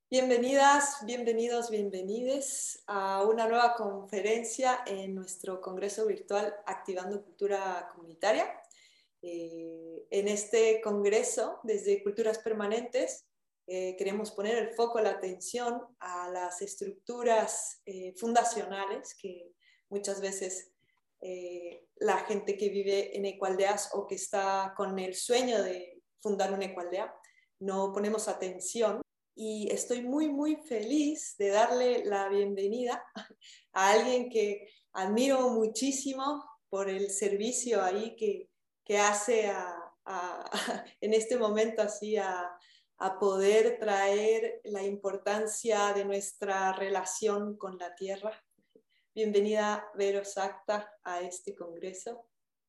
Bienvenidas, bienvenidos, bienvenides a una nueva conferencia en nuestro Congreso Virtual Activando Cultura Comunitaria. En este Congreso, desde Culturas Permanentes, queremos poner el foco, la atención a las estructuras fundacionales que muchas veces la gente que vive en ecoaldeas o que está con el sueño de fundar una ecoaldea no ponemos atención. Y estoy muy feliz de darle la bienvenida a alguien que admiro muchísimo por el servicio ahí que hace en este momento así a poder traer la importancia de nuestra relación con la tierra. Bienvenida, Vero Sacta, a este congreso.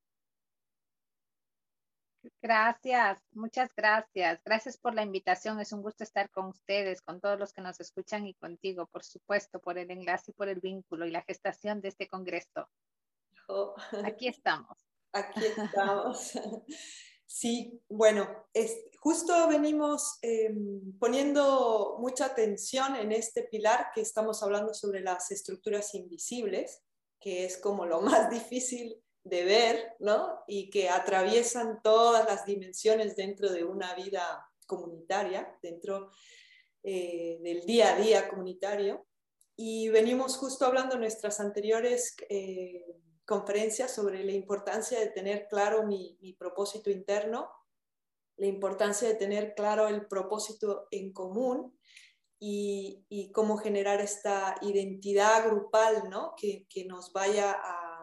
Gracias, muchas gracias. Gracias por la invitación. Es un gusto estar con ustedes, con todos los que nos escuchan y contigo, por supuesto, por el enlace y por el vínculo y la gestación de este congreso. Oh. Aquí estamos. Aquí estamos. Sí, bueno, justo venimos poniendo mucha atención en este pilar que estamos hablando sobre las estructuras invisibles, que es como lo más difícil de ver, ¿no? Y que atraviesan todas las dimensiones dentro de una vida comunitaria, dentro del día a día comunitario. Y venimos justo hablando en nuestras anteriores conferencias sobre la importancia de tener claro mi propósito interno, la importancia de tener claro el propósito en común y cómo generar esta identidad grupal, ¿no? que nos vaya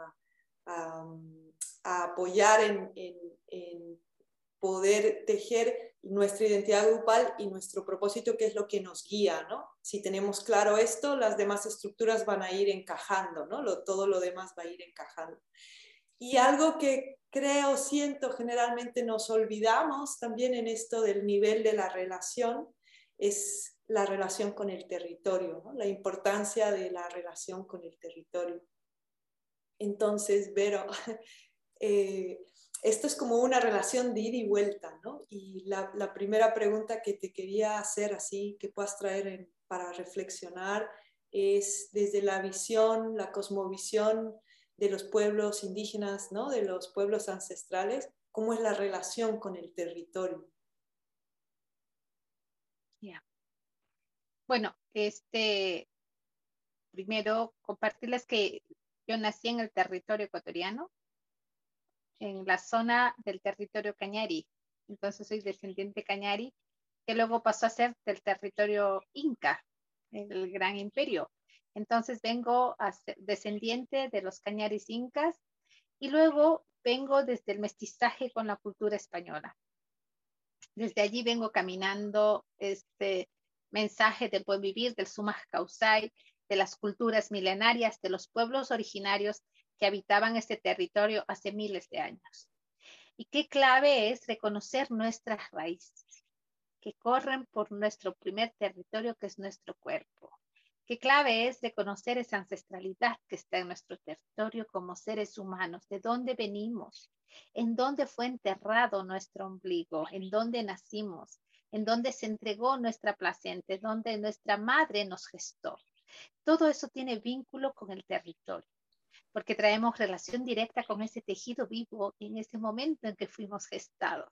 a apoyar en poder tejer nuestra identidad grupal y nuestro propósito, que es lo que nos guía, ¿no? Si tenemos claro esto, las demás estructuras van a ir encajando, ¿no? Todo lo demás va a ir encajando. Y algo que creo, siento, generalmente nos olvidamos también en esto del nivel de la relación, es la relación con el territorio, ¿no? La importancia de la relación con el territorio. Entonces, Vero, esto es como una relación de ida y vuelta, ¿no? Y la primera pregunta que te quería hacer, así que puedas traer para reflexionar, es desde la visión, la cosmovisión de los pueblos indígenas, ¿no? De los pueblos ancestrales, ¿cómo es la relación con el territorio? Yeah. Bueno, primero compartirles que yo nací en el territorio ecuatoriano, en la zona del territorio Cañari. Entonces soy descendiente Cañari, que luego pasó a ser del territorio Inca, el gran imperio. Entonces vengo a ser descendiente de los Cañaris incas y luego vengo desde el mestizaje con la cultura española. Desde allí vengo caminando este mensaje del buen vivir, del Sumaj Causay, de las culturas milenarias, de los pueblos originarios que habitaban este territorio hace miles de años. Y qué clave es reconocer nuestras raíces, que corren por nuestro primer territorio, que es nuestro cuerpo. Qué clave es reconocer esa ancestralidad que está en nuestro territorio como seres humanos, de dónde venimos, en dónde fue enterrado nuestro ombligo, en dónde nacimos, en dónde se entregó nuestra placenta, en dónde nuestra madre nos gestó. Todo eso tiene vínculo con el territorio, porque traemos relación directa con ese tejido vivo en ese momento en que fuimos gestados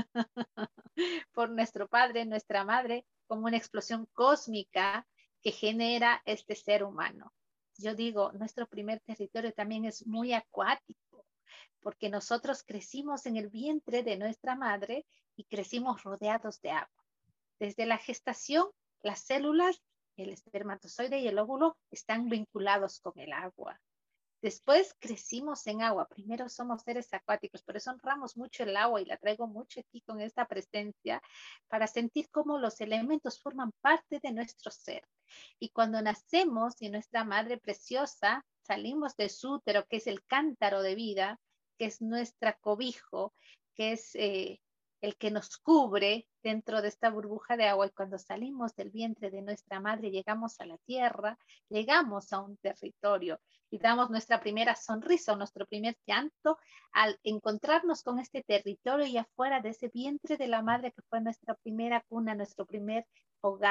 por nuestro padre, nuestra madre, como una explosión cósmica que genera este ser humano. Yo digo, nuestro primer territorio también es muy acuático, porque nosotros crecimos en el vientre de nuestra madre y crecimos rodeados de agua. Desde la gestación, las células, el espermatozoide y el óvulo están vinculados con el agua. Después crecimos en agua. Primero somos seres acuáticos, por eso honramos mucho el agua y la traigo mucho aquí con esta presencia para sentir cómo los elementos forman parte de nuestro ser. Y cuando nacemos y nuestra madre preciosa, salimos de su útero, que es el cántaro de vida, que es nuestra cobijo, que es el que nos cubre dentro de esta burbuja de agua. Y cuando salimos del vientre de nuestra madre, llegamos a la tierra, llegamos a un territorio y damos nuestra primera sonrisa o nuestro primer llanto al encontrarnos con este territorio y afuera de ese vientre de la madre que fue nuestra primera cuna, nuestro primer hogar.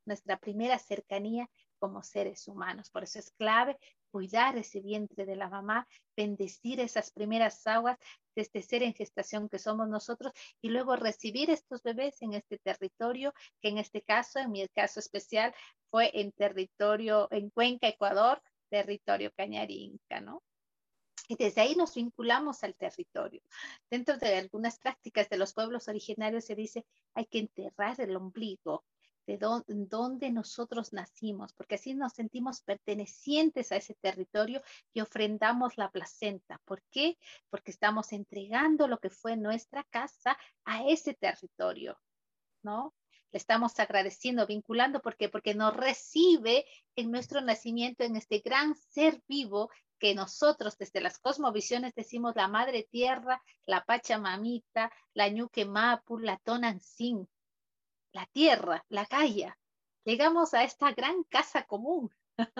nuestra primera cercanía como seres humanos. Por eso es clave cuidar ese vientre de la mamá, bendecir esas primeras aguas desde ser en gestación que somos nosotros y luego recibir estos bebés en este territorio, que en este caso, en mi caso especial, fue en territorio, en Cuenca, Ecuador, territorio Cañari Inca, ¿no? Y desde ahí nos vinculamos al territorio. Dentro de algunas prácticas de los pueblos originarios se dice hay que enterrar el ombligo de donde nosotros nacimos, porque así nos sentimos pertenecientes a ese territorio y ofrendamos la placenta. ¿Por qué? Porque estamos entregando lo que fue nuestra casa a ese territorio, ¿no? Le estamos agradeciendo, vinculando, ¿por qué? Porque nos recibe en nuestro nacimiento, en este gran ser vivo que nosotros desde las cosmovisiones decimos la Madre Tierra, la Pachamamita, la Ñuque Mapu, la Tonantzin, la Tierra, la Gaia. Llegamos a esta gran casa común,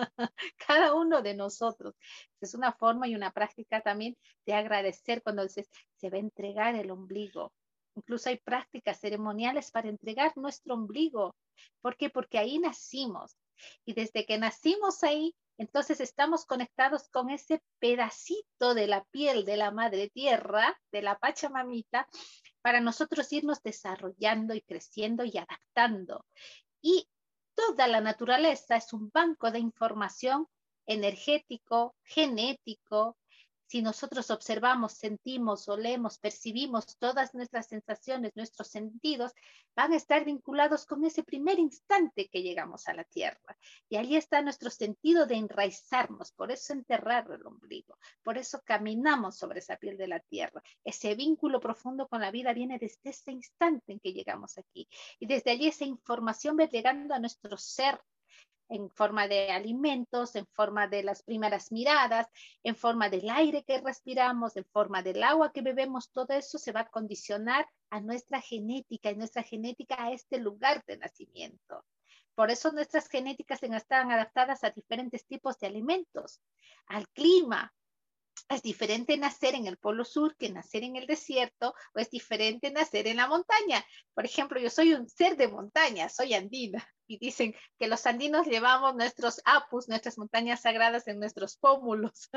cada uno de nosotros. Es una forma y una práctica también de agradecer cuando dices, se va a entregar el ombligo. Incluso hay prácticas ceremoniales para entregar nuestro ombligo. ¿Por qué? Porque ahí nacimos. Y desde que nacimos ahí, entonces estamos conectados con ese pedacito de la piel de la Madre Tierra, de la Pachamamita, para nosotros irnos desarrollando y creciendo y adaptando. Y toda la naturaleza es un banco de información energético, genético. Si nosotros observamos, sentimos, olemos, percibimos todas nuestras sensaciones, nuestros sentidos, van a estar vinculados con ese primer instante que llegamos a la Tierra. Y ahí está nuestro sentido de enraizarnos, por eso enterrar el ombligo, por eso caminamos sobre esa piel de la Tierra. Ese vínculo profundo con la vida viene desde ese instante en que llegamos aquí. Y desde allí esa información va llegando a nuestro ser en forma de alimentos, en forma de las primeras miradas, en forma del aire que respiramos, en forma del agua que bebemos. Todo eso se va a condicionar a nuestra genética y nuestra genética a este lugar de nacimiento. Por eso nuestras genéticas están adaptadas a diferentes tipos de alimentos, al clima. Es diferente nacer en el Polo Sur que nacer en el desierto, o es diferente nacer en la montaña. Por ejemplo, yo soy un ser de montaña, soy andina, y dicen que los andinos llevamos nuestros apus, nuestras montañas sagradas en nuestros pómulos,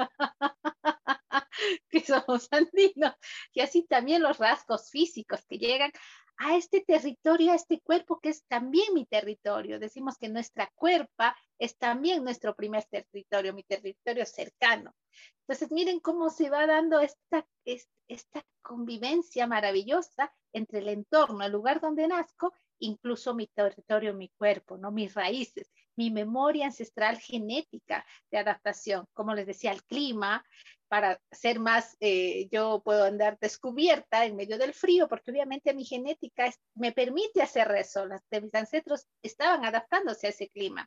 que somos andinos, y así también los rasgos físicos que llegan a este territorio, a este cuerpo que es también mi territorio. Decimos que nuestra cuerpa es también nuestro primer territorio, mi territorio cercano. Entonces, miren cómo se va dando esta convivencia maravillosa entre el entorno, el lugar donde nazco, incluso mi territorio, mi cuerpo, ¿no? Mis raíces, mi memoria ancestral genética de adaptación, como les decía, el clima, para ser más, yo puedo andar descubierta en medio del frío, porque obviamente mi genética me permite hacer eso. Mis ancestros estaban adaptándose a ese clima.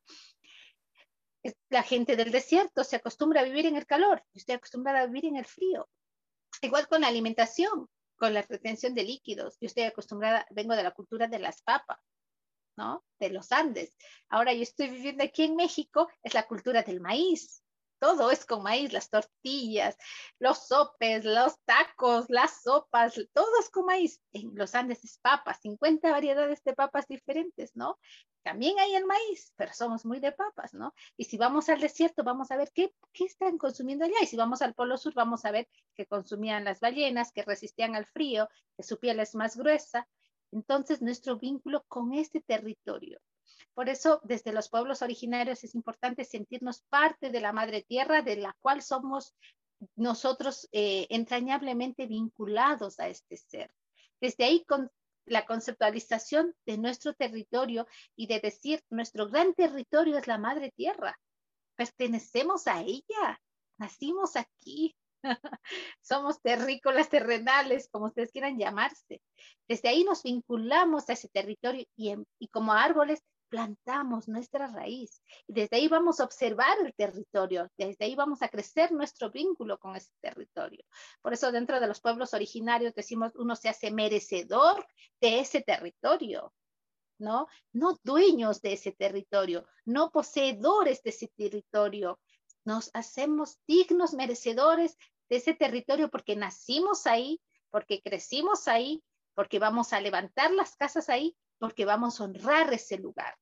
La gente del desierto se acostumbra a vivir en el calor, yo estoy acostumbrada a vivir en el frío. Igual con la alimentación, con la retención de líquidos, yo estoy acostumbrada, vengo de la cultura de las papas, ¿no? De los Andes. Ahora yo estoy viviendo aquí en México, es la cultura del maíz. Todo es con maíz, las tortillas, los sopes, los tacos, las sopas, todo es con maíz. En los Andes es papas, 50 variedades de papas diferentes, ¿no? También hay el maíz, pero somos muy de papas, ¿no? Y si vamos al desierto, vamos a ver qué están consumiendo allá. Y si vamos al Polo Sur, vamos a ver que consumían las ballenas, que resistían al frío, que su piel es más gruesa. Entonces, nuestro vínculo con este territorio. Por eso, desde los pueblos originarios es importante sentirnos parte de la madre tierra, de la cual somos nosotros entrañablemente vinculados a este ser. Desde ahí, con la conceptualización de nuestro territorio y de decir, nuestro gran territorio es la madre tierra. Pertenecemos a ella, nacimos aquí. Somos terrícolas terrenales, como ustedes quieran llamarse. Desde ahí nos vinculamos a ese territorio y como árboles plantamos nuestra raíz. Y desde ahí vamos a observar el territorio, desde ahí vamos a crecer nuestro vínculo con ese territorio. Por eso dentro de los pueblos originarios decimos, uno se hace merecedor de ese territorio, ¿no? No dueños de ese territorio, no poseedores de ese territorio. Nos hacemos dignos, merecedores de ese territorio porque nacimos ahí, porque crecimos ahí, porque vamos a levantar las casas ahí, porque vamos a honrar ese lugar.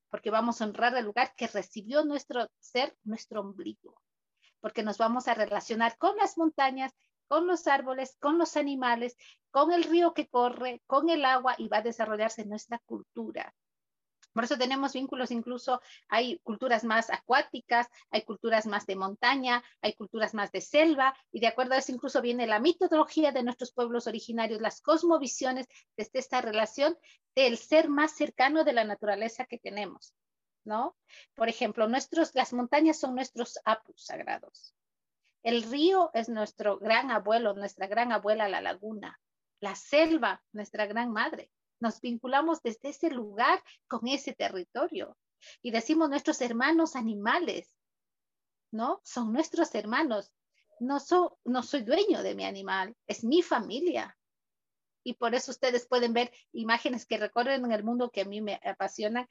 porque vamos a honrar el lugar que recibió nuestro ser, nuestro ombligo, porque nos vamos a relacionar con las montañas, con los árboles, con los animales, con el río que corre, con el agua, y va a desarrollarse nuestra cultura. Por eso tenemos vínculos, incluso hay culturas más acuáticas, hay culturas más de montaña, hay culturas más de selva, y de acuerdo a eso incluso viene la mitología de nuestros pueblos originarios, las cosmovisiones desde esta relación del ser más cercano de la naturaleza que tenemos, ¿no? Por ejemplo, las montañas son nuestros apus sagrados. El río es nuestro gran abuelo, nuestra gran abuela, la laguna. La selva, nuestra gran madre. Nos vinculamos desde ese lugar con ese territorio. Y decimos nuestros hermanos animales, ¿no? Son nuestros hermanos. No soy dueño de mi animal, es mi familia. Y por eso ustedes pueden ver imágenes que recorren en el mundo que a mí me apasionan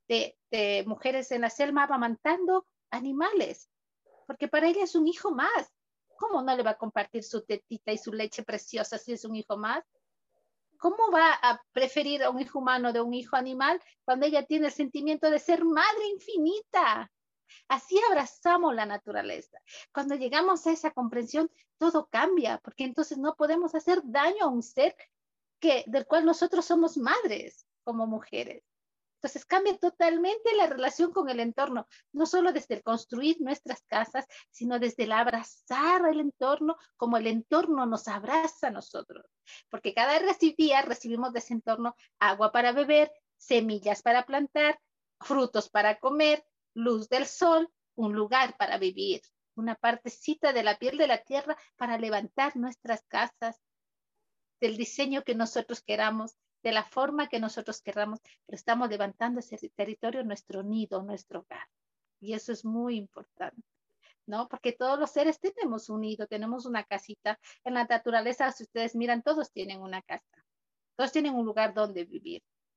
de mujeres en la selva amamantando animales, porque para ella es un hijo más. ¿Cómo no le va a compartir su tetita y su leche preciosa si es un hijo más? ¿Cómo va a preferir a un hijo humano de un hijo animal cuando ella tiene el sentimiento de ser madre infinita? Así abrazamos la naturaleza. Cuando llegamos a esa comprensión, todo cambia, porque entonces no podemos hacer daño a un ser del cual nosotros somos madres como mujeres. Entonces cambia totalmente la relación con el entorno, no solo desde el construir nuestras casas, sino desde el abrazar el entorno como el entorno nos abraza a nosotros. Porque cada día recibimos de ese entorno agua para beber, semillas para plantar, frutos para comer, luz del sol, un lugar para vivir, una partecita de la piel de la tierra para levantar nuestras casas, del diseño que nosotros queramos, de la forma que nosotros queramos, pero estamos levantando ese territorio, nuestro nido, nuestro hogar. Y eso es muy importante, ¿no? Porque todos los seres tenemos un nido, tenemos una casita. En la naturaleza, si ustedes miran, todos tienen una casa, todos tienen un lugar donde vivir.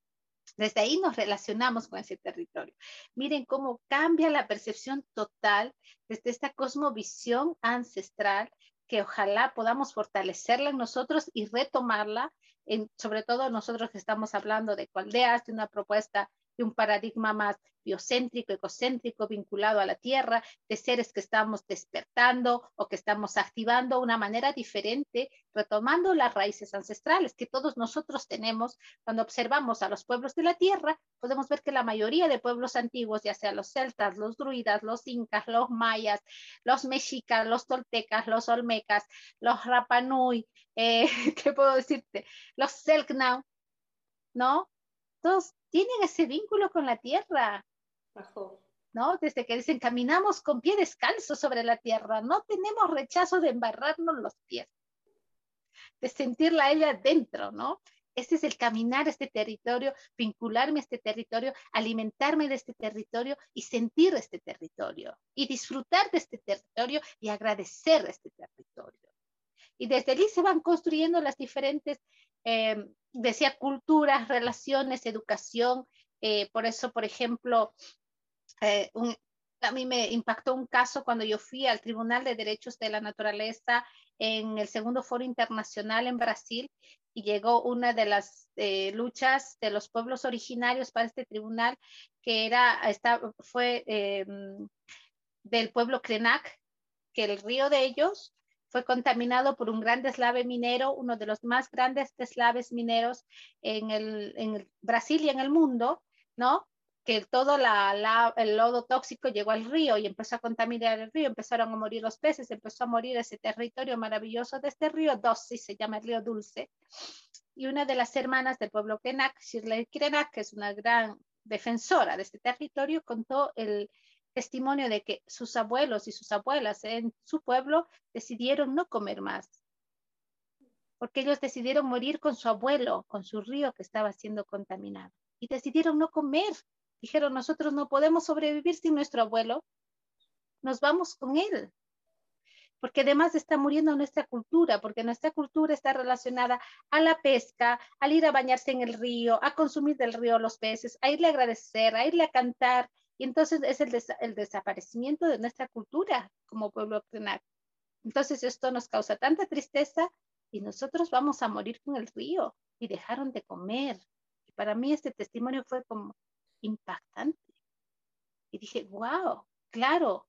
Desde ahí nos relacionamos con ese territorio. Miren cómo cambia la percepción total desde esta cosmovisión ancestral, que ojalá podamos fortalecerla en nosotros y retomarla, sobre todo nosotros que estamos hablando de ecoaldeas, de una propuesta, de un paradigma más biocéntrico, ecocéntrico, vinculado a la tierra, de seres que estamos despertando o que estamos activando una manera diferente, retomando las raíces ancestrales que todos nosotros tenemos. Cuando observamos a los pueblos de la tierra, podemos ver que la mayoría de pueblos antiguos, ya sea los celtas, los druidas, los incas, los mayas, los mexicas, los toltecas, los olmecas, los rapanui, ¿qué puedo decirte? Los selknam, ¿no? Todos tienen ese vínculo con la tierra, ¿no? Desde que dicen caminamos con pie descalzo sobre la tierra, no tenemos rechazo de embarrarnos los pies, de sentirla a ella dentro, ¿no? Este es el caminar este territorio, vincularme a este territorio, alimentarme de este territorio y sentir este territorio y disfrutar de este territorio y agradecer este territorio. Y desde allí se van construyendo las diferentes, decía, culturas, relaciones, educación. Por eso, por ejemplo, eh, un, a mí me impactó un caso cuando yo fui al Tribunal de Derechos de la Naturaleza en el segundo foro internacional en Brasil, y llegó una de las luchas de los pueblos originarios para este tribunal, que fue del pueblo Krenak, que el río de ellos fue contaminado por un gran deslave minero, uno de los más grandes deslaves mineros en el Brasil y en el mundo, ¿no? Que todo el lodo tóxico llegó al río y empezó a contaminar el río, empezaron a morir los peces, empezó a morir ese territorio maravilloso de este río, Dossi, se llama el río Dulce. Y una de las hermanas del pueblo Krenak, Shirley Krenak, que es una gran defensora de este territorio, contó el testimonio de que sus abuelos y sus abuelas en su pueblo decidieron no comer más, porque ellos decidieron morir con su abuelo, con su río que estaba siendo contaminado, y decidieron no comer. Dijeron, nosotros no podemos sobrevivir sin nuestro abuelo, nos vamos con él, porque además está muriendo nuestra cultura, porque nuestra cultura está relacionada a la pesca, al ir a bañarse en el río, a consumir del río los peces, a irle a agradecer, a irle a cantar, y entonces es el desaparecimiento de nuestra cultura como pueblo Krenak. Entonces esto nos causa tanta tristeza y nosotros vamos a morir con el río, y dejaron de comer. Y para mí este testimonio fue como impactante. Y dije, wow, claro,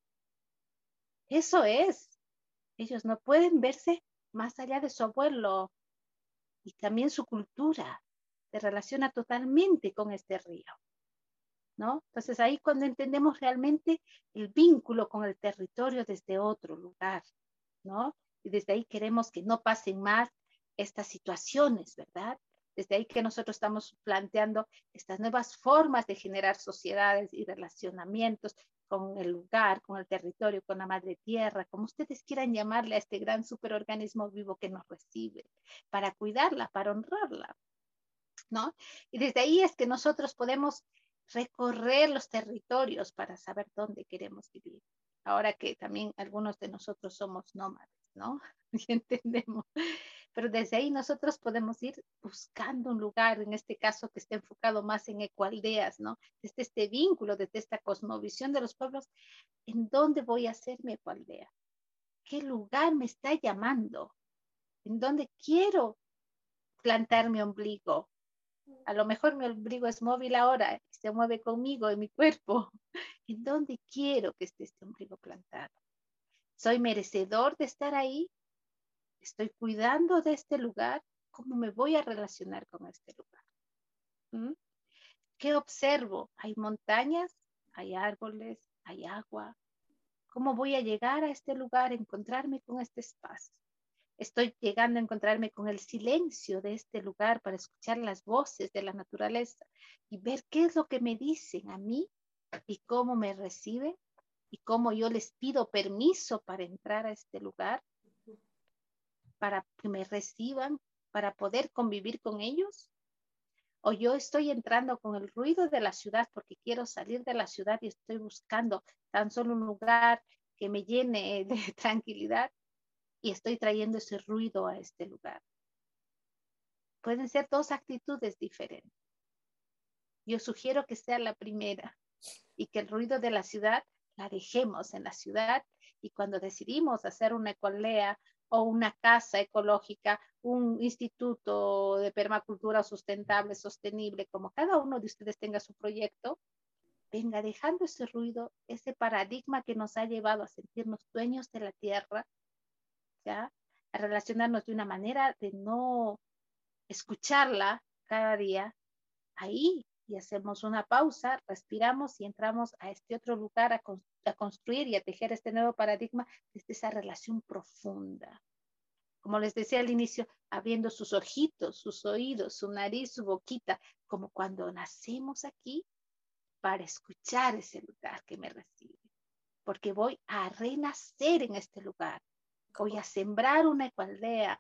eso es. Ellos no pueden verse más allá de su abuelo y también su cultura se relaciona totalmente con este río, ¿no? Entonces ahí cuando entendemos realmente el vínculo con el territorio desde otro lugar, ¿no? Y desde ahí queremos que no pasen más estas situaciones, ¿verdad? Desde ahí que nosotros estamos planteando estas nuevas formas de generar sociedades y relacionamientos con el lugar, con el territorio, con la madre tierra, como ustedes quieran llamarle a este gran superorganismo vivo que nos recibe, para cuidarla, para honrarla, ¿no? Y desde ahí es que nosotros podemos recorrer los territorios para saber dónde queremos vivir. Ahora que también algunos de nosotros somos nómades, ¿no? Y entendemos. Pero desde ahí nosotros podemos ir buscando un lugar, en este caso que esté enfocado más en ecoaldeas, ¿no? Desde este vínculo, desde esta cosmovisión de los pueblos, ¿en dónde voy a hacer mi ecoaldea? ¿Qué lugar me está llamando? ¿En dónde quiero plantar mi ombligo? A lo mejor mi ombligo es móvil ahora, se mueve conmigo en mi cuerpo. ¿En dónde quiero que esté este ombligo plantado? ¿Soy merecedor de estar ahí? ¿Estoy cuidando de este lugar? ¿Cómo me voy a relacionar con este lugar? ¿Mm? ¿Qué observo? ¿Hay montañas? ¿Hay árboles? ¿Hay agua? ¿Cómo voy a llegar a este lugar, encontrarme con este espacio? Estoy llegando a encontrarme con el silencio de este lugar para escuchar las voces de la naturaleza y ver qué es lo que me dicen a mí y cómo me reciben y cómo yo les pido permiso para entrar a este lugar, para que me reciban, para poder convivir con ellos. O yo estoy entrando con el ruido de la ciudad porque quiero salir de la ciudad y estoy buscando tan solo un lugar que me llene de tranquilidad y estoy trayendo ese ruido a este lugar. Pueden ser dos actitudes diferentes. Yo sugiero que sea la primera y que el ruido de la ciudad la dejemos en la ciudad y cuando decidimos hacer una ecoaldea o una casa ecológica, un instituto de permacultura sustentable, sostenible, como cada uno de ustedes tenga su proyecto, venga dejando ese ruido, ese paradigma que nos ha llevado a sentirnos dueños de la tierra, ¿ya? A relacionarnos de una manera de no escucharla cada día ahí y hacemos una pausa, respiramos y entramos a este otro lugar a construir y a tejer este nuevo paradigma desde esa relación profunda. Como les decía al inicio, abriendo sus ojitos, sus oídos, su nariz, su boquita, como cuando nacemos aquí para escuchar ese lugar que me recibe. Porque voy a renacer en este lugar. Voy a sembrar una ecoaldea,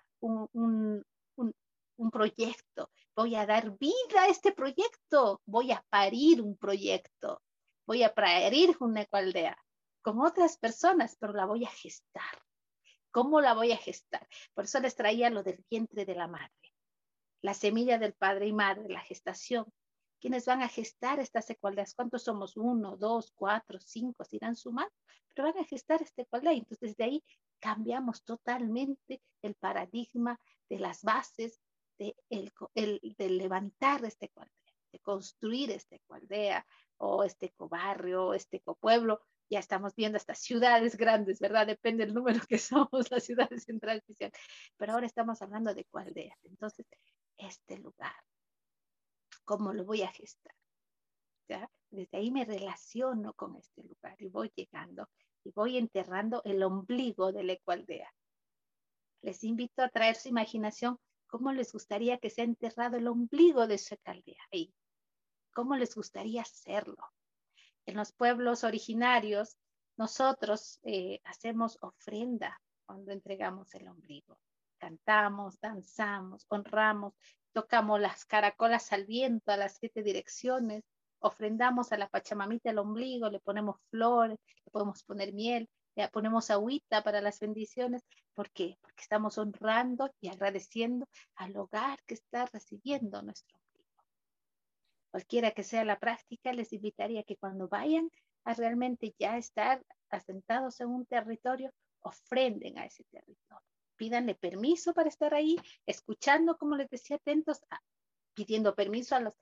un proyecto. Voy a dar vida a este proyecto. Voy a parir un proyecto. Voy a parir una ecoaldea con otras personas, pero la voy a gestar. ¿Cómo la voy a gestar? Por eso les traía lo del vientre de la madre, la semilla del padre y madre, la gestación. ¿Quiénes van a gestar estas ecualdeas? ¿Cuántos somos? 1, 2, 4, 5, se irán sumando, pero van a gestar esta ecualdad. Entonces, de ahí cambiamos totalmente el paradigma de las bases de levantar esta ecualdea, de construir esta ecualdea o este ecobarrio, este ecopueblo. Ya estamos viendo estas ciudades grandes, ¿verdad? Depende del número que somos, las ciudades en transición. Pero ahora estamos hablando de ecualdeas. Entonces, este lugar, cómo lo voy a gestar, ¿ya? Desde ahí me relaciono con este lugar y voy llegando y voy enterrando el ombligo de la ecoaldea. Les invito a traer su imaginación cómo les gustaría que sea enterrado el ombligo de su ecoaldea ahí, cómo les gustaría hacerlo. En los pueblos originarios, nosotros hacemos ofrenda cuando entregamos el ombligo. Cantamos, danzamos, honramos, tocamos las caracolas al viento a las 7 direcciones, ofrendamos a la Pachamamita el ombligo, le ponemos flores, le podemos poner miel, le ponemos agüita para las bendiciones. ¿Por qué? Porque estamos honrando y agradeciendo al hogar que está recibiendo nuestro ombligo. Cualquiera que sea la práctica, les invitaría que cuando vayan a realmente ya estar asentados en un territorio, ofrenden a ese territorio. Pídanle permiso para estar ahí, escuchando, como les decía, atentos, pidiendo permiso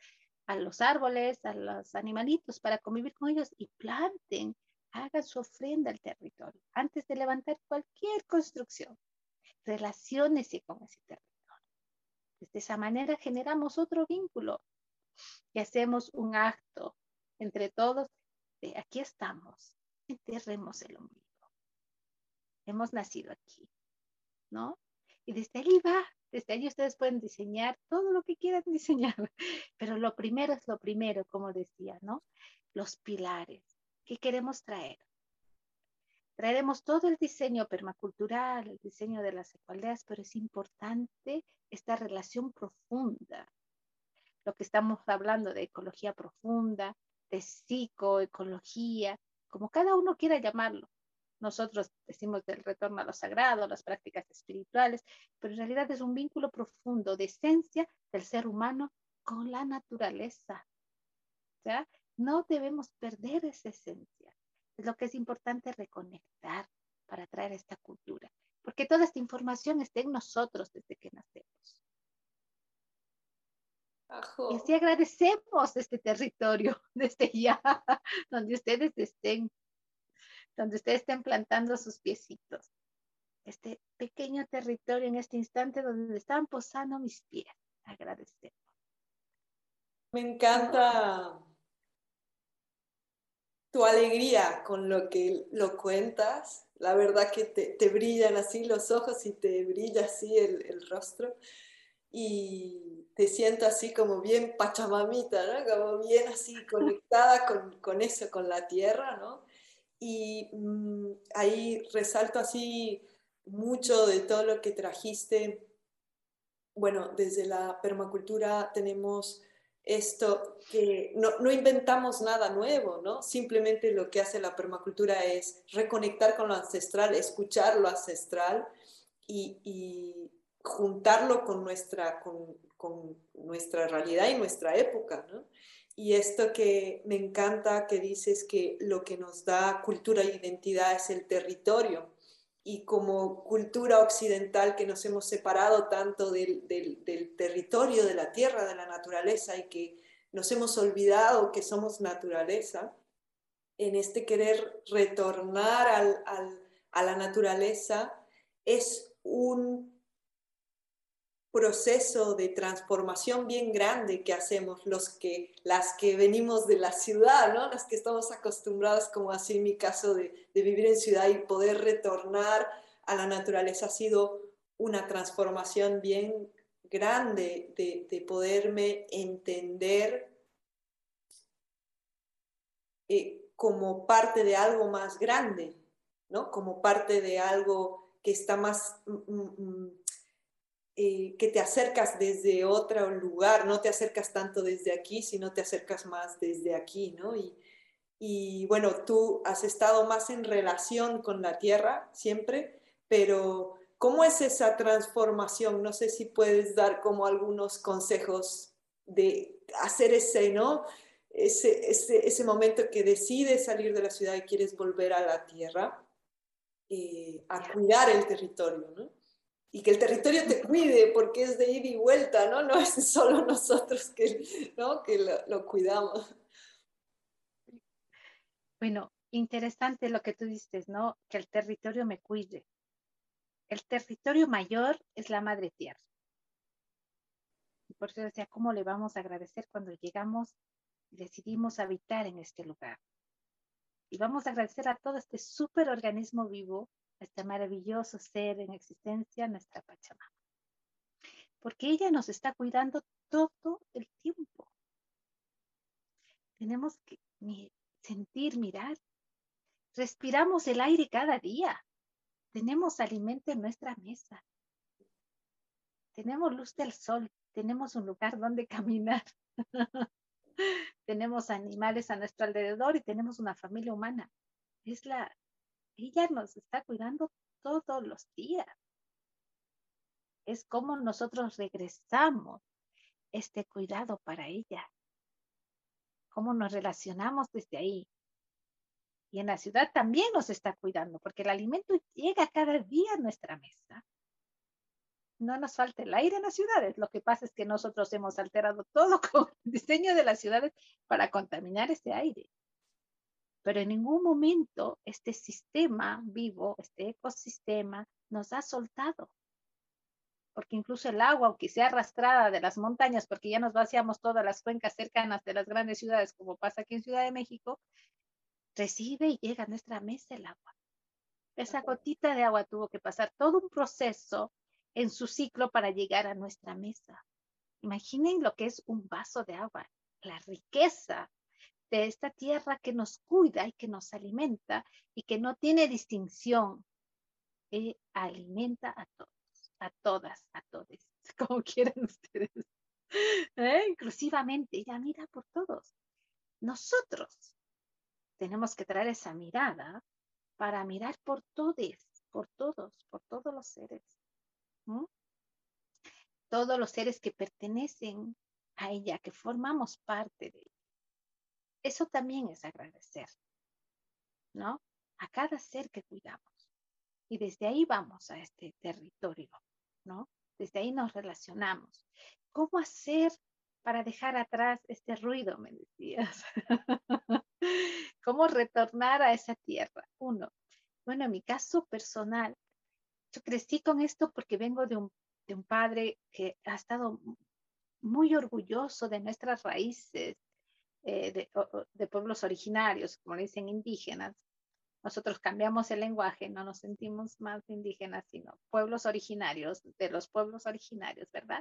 a los árboles, a los animalitos, para convivir con ellos y planten, hagan su ofrenda al territorio. Antes de levantar cualquier construcción, relaciónese con ese territorio. De esa manera generamos otro vínculo y hacemos un acto entre todos de aquí estamos, enterremos el ombligo. Hemos nacido aquí, ¿no? Y desde allí ustedes pueden diseñar todo lo que quieran diseñar, pero lo primero es lo primero, como decía, ¿no? Los pilares. ¿Qué queremos traer? Traeremos todo el diseño permacultural, el diseño de las ecoaldeas, pero es importante esta relación profunda. Lo que estamos hablando de ecología profunda, de psicoecología, como cada uno quiera llamarlo. Nosotros decimos del retorno a lo sagrado, las prácticas espirituales, pero en realidad es un vínculo profundo de esencia del ser humano con la naturaleza. ¿Ya? No debemos perder esa esencia. Es lo que es importante reconectar para traer esta cultura, porque toda esta información está en nosotros desde que nacemos. Y así Ajo. agradecemos este territorio desde ya, donde ustedes estén plantando sus piecitos. Este pequeño territorio en este instante donde están posando mis pies. Agradecemos. Me encanta tu alegría con lo que lo cuentas. La verdad que te brillan así los ojos y te brilla así el rostro. Y te siento así como bien pachamamita, ¿no? Como bien así conectada con eso, con la tierra, ¿no? Y ahí resalto así mucho de todo lo que trajiste. Bueno, desde la permacultura tenemos esto que no inventamos nada nuevo, ¿no? Simplemente lo que hace la permacultura es reconectar con lo ancestral, escuchar lo ancestral y juntarlo con nuestra realidad y nuestra época, ¿no? Y esto que me encanta que dices que lo que nos da cultura e identidad es el territorio y como cultura occidental que nos hemos separado tanto del territorio, de la tierra, de la naturaleza y que nos hemos olvidado que somos naturaleza, en este querer retornar a la naturaleza es un proceso de transformación bien grande que hacemos las que venimos de la ciudad, ¿no? Las que estamos acostumbradas, como así en mi caso de vivir en ciudad y poder retornar a la naturaleza ha sido una transformación bien grande de poderme entender como parte de algo más grande, ¿no? Como parte de algo que está más que te acercas desde otro lugar, no te acercas tanto desde aquí, sino te acercas más desde aquí, ¿no? Y bueno, tú has estado más en relación con la tierra siempre, pero ¿cómo es esa transformación? No sé si puedes dar como algunos consejos de hacer ese, ¿no? Ese momento que decides salir de la ciudad y quieres volver a la tierra, a Ya. cuidar el territorio, ¿no? Y que el territorio te cuide, porque es de ida y vuelta, ¿no? No es solo nosotros ¿no? que lo cuidamos. Bueno, interesante lo que tú dices, ¿no? Que el territorio me cuide. El territorio mayor es la madre tierra. Y por eso decía, ¿cómo le vamos a agradecer cuando llegamos y decidimos habitar en este lugar? Y vamos a agradecer a todo este superorganismo vivo, a este maravilloso ser en existencia, nuestra Pachamama. Porque ella nos está cuidando todo el tiempo. Tenemos que sentir, mirar. Respiramos el aire cada día. Tenemos alimento en nuestra mesa. Tenemos luz del sol. Tenemos un lugar donde caminar. Tenemos animales a nuestro alrededor y tenemos una familia humana. Ella nos está cuidando todos los días. Es como nosotros regresamos este cuidado para ella. Cómo nos relacionamos desde ahí. Y en la ciudad también nos está cuidando, porque el alimento llega cada día a nuestra mesa. no nos falta el aire en las ciudades. Lo que pasa es que nosotros hemos alterado todo con el diseño de las ciudades para contaminar ese aire. Pero en ningún momento este sistema vivo, este ecosistema, nos ha soltado. Porque incluso el agua, aunque sea arrastrada de las montañas, porque ya nos vaciamos todas las cuencas cercanas de las grandes ciudades, como pasa aquí en Ciudad de México, recibe y llega a nuestra mesa el agua. Esa gotita de agua tuvo que pasar todo un proceso en su ciclo para llegar a nuestra mesa. Imaginen lo que es un vaso de agua, la riqueza de esta tierra que nos cuida y que nos alimenta y que no tiene distinción, que alimenta a todos, a todas, a todos, como quieran ustedes. Inclusivamente, ella mira por todos. Nosotros tenemos que traer esa mirada para mirar por todos, por todos los seres. ¿Mm? Todos los seres que pertenecen a ella, que formamos parte de ella. Eso también es agradecer, ¿no? A cada ser que cuidamos. Y desde ahí vamos a este territorio, ¿no? Desde ahí nos relacionamos. ¿Cómo hacer para dejar atrás este ruido, me decías? ¿Cómo retornar a esa tierra? Uno, bueno, en mi caso personal, yo crecí con esto porque vengo de un padre que ha estado muy orgulloso de nuestras raíces, de pueblos originarios, como le dicen indígenas. Nosotros cambiamos el lenguaje, no nos sentimos más indígenas, sino pueblos originarios, de los pueblos originarios, ¿verdad?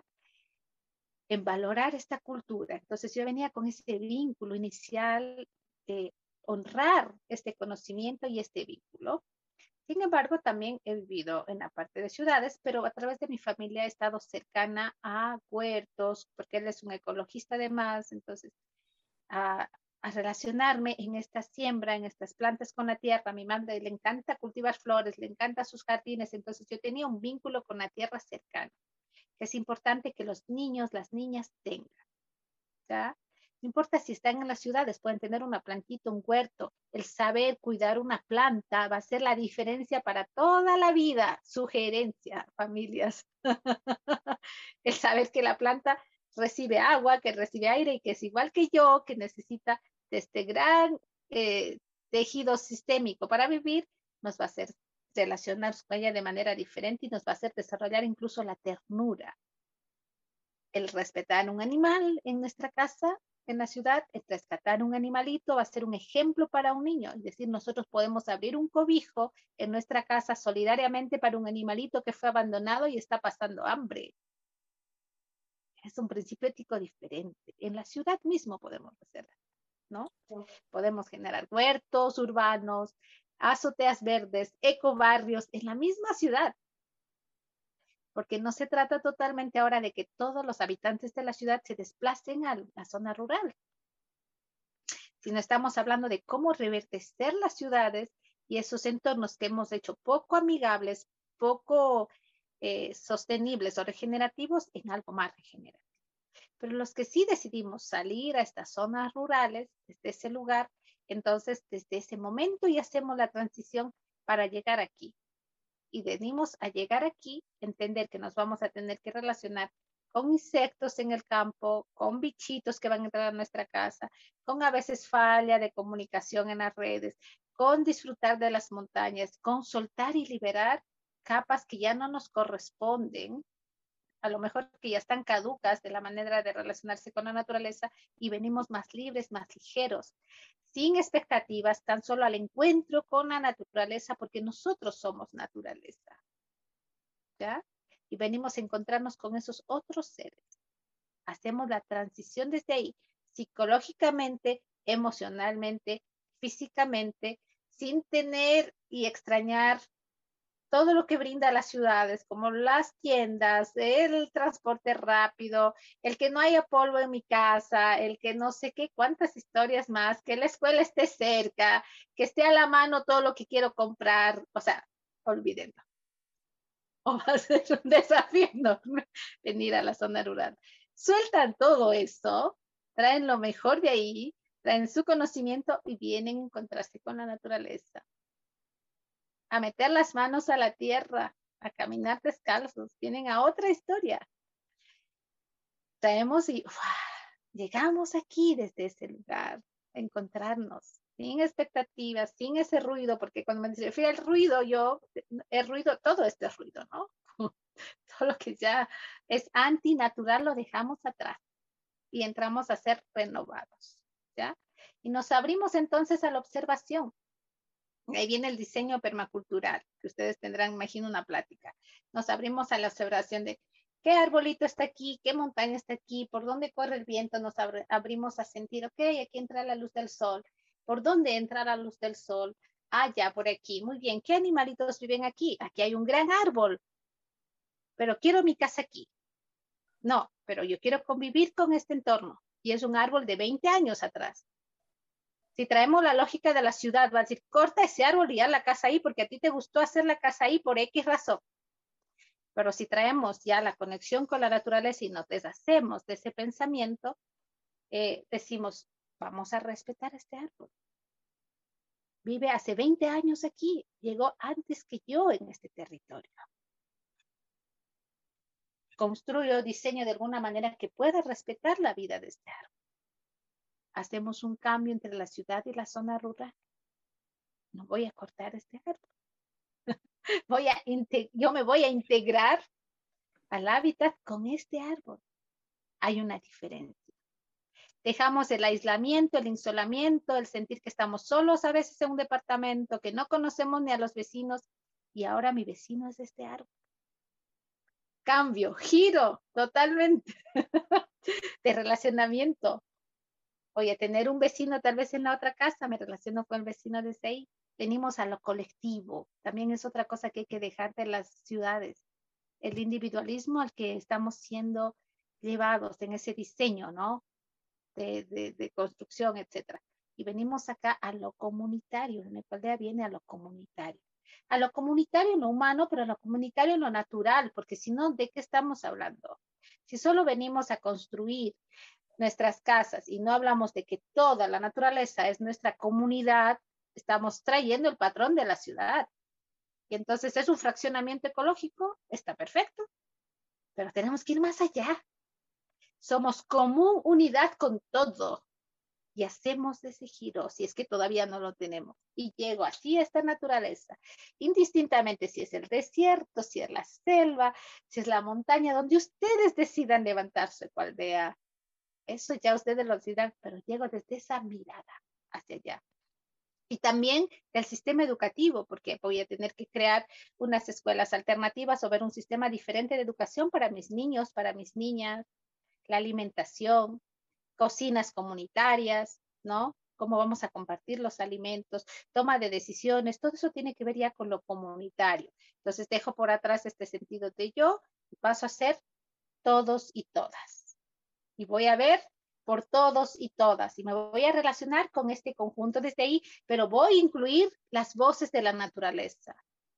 En valorar esta cultura. Entonces yo venía con ese vínculo inicial de honrar este conocimiento y este vínculo. Sin embargo, también he vivido en la parte de ciudades, pero a través de mi familia he estado cercana a huertos, porque él es un ecologista además, entonces a, a relacionarme en esta siembra, en estas plantas con la tierra. A mi madre le encanta cultivar flores, le encanta sus jardines, entonces yo tenía un vínculo con la tierra cercano, que es importante que los niños, las niñas tengan, ¿ya? No importa si están en las ciudades, pueden tener una plantita, un huerto. El saber cuidar una planta va a ser la diferencia para toda la vida. Sugerencia, familias. El saber que la planta recibe agua, que recibe aire y que es igual que yo, que necesita de este gran tejido sistémico para vivir, nos va a hacer relacionarnos con ella de manera diferente y nos va a hacer desarrollar incluso la ternura. El respetar un animal en nuestra casa, en la ciudad, el rescatar un animalito va a ser un ejemplo para un niño. Es decir, nosotros podemos abrir un cobijo en nuestra casa solidariamente para un animalito que fue abandonado y está pasando hambre. Es un principio ético diferente. En la ciudad mismo podemos hacerlo, ¿no? Podemos generar huertos urbanos, azoteas verdes, ecobarrios en la misma ciudad. Porque no se trata totalmente ahora de que todos los habitantes de la ciudad se desplacen a la zona rural, sino estamos hablando de cómo reverdecer las ciudades y esos entornos que hemos hecho poco amigables, poco sostenibles o regenerativos en algo más regenerativo. Pero los que sí decidimos salir a estas zonas rurales, desde ese lugar, entonces desde ese momento ya hacemos la transición para llegar aquí. Y venimos a llegar aquí, entender que nos vamos a tener que relacionar con insectos en el campo, con bichitos que van a entrar a nuestra casa, con a veces falla de comunicación en las redes, con disfrutar de las montañas, con soltar y liberar capas que ya no nos corresponden, a lo mejor que ya están caducas de la manera de relacionarse con la naturaleza y venimos más libres, más ligeros, sin expectativas, tan solo al encuentro con la naturaleza, porque nosotros somos naturaleza, ¿ya? Y venimos a encontrarnos con esos otros seres. Hacemos la transición desde ahí, psicológicamente, emocionalmente, físicamente, sin tener y extrañar todo lo que brinda las ciudades, como las tiendas, el transporte rápido, el que no haya polvo en mi casa, el que no sé qué, cuántas historias más, que la escuela esté cerca, que esté a la mano todo lo que quiero comprar, o sea, olvídenlo. O va a ser un desafío enorme venir a la zona rural. Sueltan todo eso, traen lo mejor de ahí, traen su conocimiento y vienen a encontrarse con la naturaleza, a meter las manos a la tierra, a caminar descalzos, vienen a otra historia. Traemos y llegamos aquí desde ese lugar a encontrarnos, sin expectativas, sin ese ruido, porque cuando me refiero al ruido, el ruido, todo esto es ruido, ¿no? Todo lo que ya es antinatural lo dejamos atrás y entramos a ser renovados, ¿ya? Y nos abrimos entonces a la observación. Ahí viene el diseño permacultural, que ustedes tendrán, imagino, una plática. Nos abrimos a la observación de qué arbolito está aquí, qué montaña está aquí, por dónde corre el viento, nos abrimos a sentir, ok, aquí entra la luz del sol, ¿por dónde entra la luz del sol? Ah, ya, por aquí, muy bien, ¿qué animalitos viven aquí? Aquí hay un gran árbol, pero quiero mi casa aquí. No, pero yo quiero convivir con este entorno, y es un árbol de 20 años atrás. Si traemos la lógica de la ciudad, va a decir, corta ese árbol y haz la casa ahí porque a ti te gustó hacer la casa ahí por X razón. Pero si traemos ya la conexión con la naturaleza y nos deshacemos de ese pensamiento, decimos, vamos a respetar este árbol. Vive hace 20 años aquí, llegó antes que yo en este territorio. Construyo, diseño de alguna manera que pueda respetar la vida de este árbol. Hacemos un cambio entre la ciudad y la zona rural. No voy a cortar este árbol. Yo me voy a integrar al hábitat con este árbol. Hay una diferencia. Dejamos el aislamiento, el insolamiento, el sentir que estamos solos a veces en un departamento, que no conocemos ni a los vecinos, y ahora mi vecino es este árbol. Cambio, giro totalmente de relacionamiento. Voy a tener un vecino tal vez en la otra casa, me relaciono con el vecino desde ahí. Venimos a lo colectivo. También es otra cosa que hay que dejar de las ciudades. El individualismo al que estamos siendo llevados en ese diseño, ¿no? De construcción, etcétera. Y venimos acá a lo comunitario. La Nepaldea viene a lo comunitario. A lo comunitario en lo humano, pero a lo comunitario en lo natural, porque si no, ¿de qué estamos hablando? Si solo venimos a construir nuestras casas y no hablamos de que toda la naturaleza es nuestra comunidad, estamos trayendo el patrón de la ciudad. Y entonces es un fraccionamiento ecológico, está perfecto, pero tenemos que ir más allá. Somos común unidad con todo y hacemos ese giro, si es que todavía no lo tenemos. Y llego así a esta naturaleza, indistintamente si es el desierto, si es la selva, si es la montaña, donde ustedes decidan levantar su aldea. Eso ya ustedes lo decidan, pero llego desde esa mirada hacia allá. Y también del sistema educativo, porque voy a tener que crear unas escuelas alternativas o ver un sistema diferente de educación para mis niños, para mis niñas, la alimentación, cocinas comunitarias, ¿no? Cómo vamos a compartir los alimentos, toma de decisiones, todo eso tiene que ver ya con lo comunitario. Entonces dejo por atrás este sentido de yo y paso a ser todos y todas. Y voy a ver por todos y todas y me voy a relacionar con este conjunto desde ahí, pero voy a incluir las voces de la naturaleza.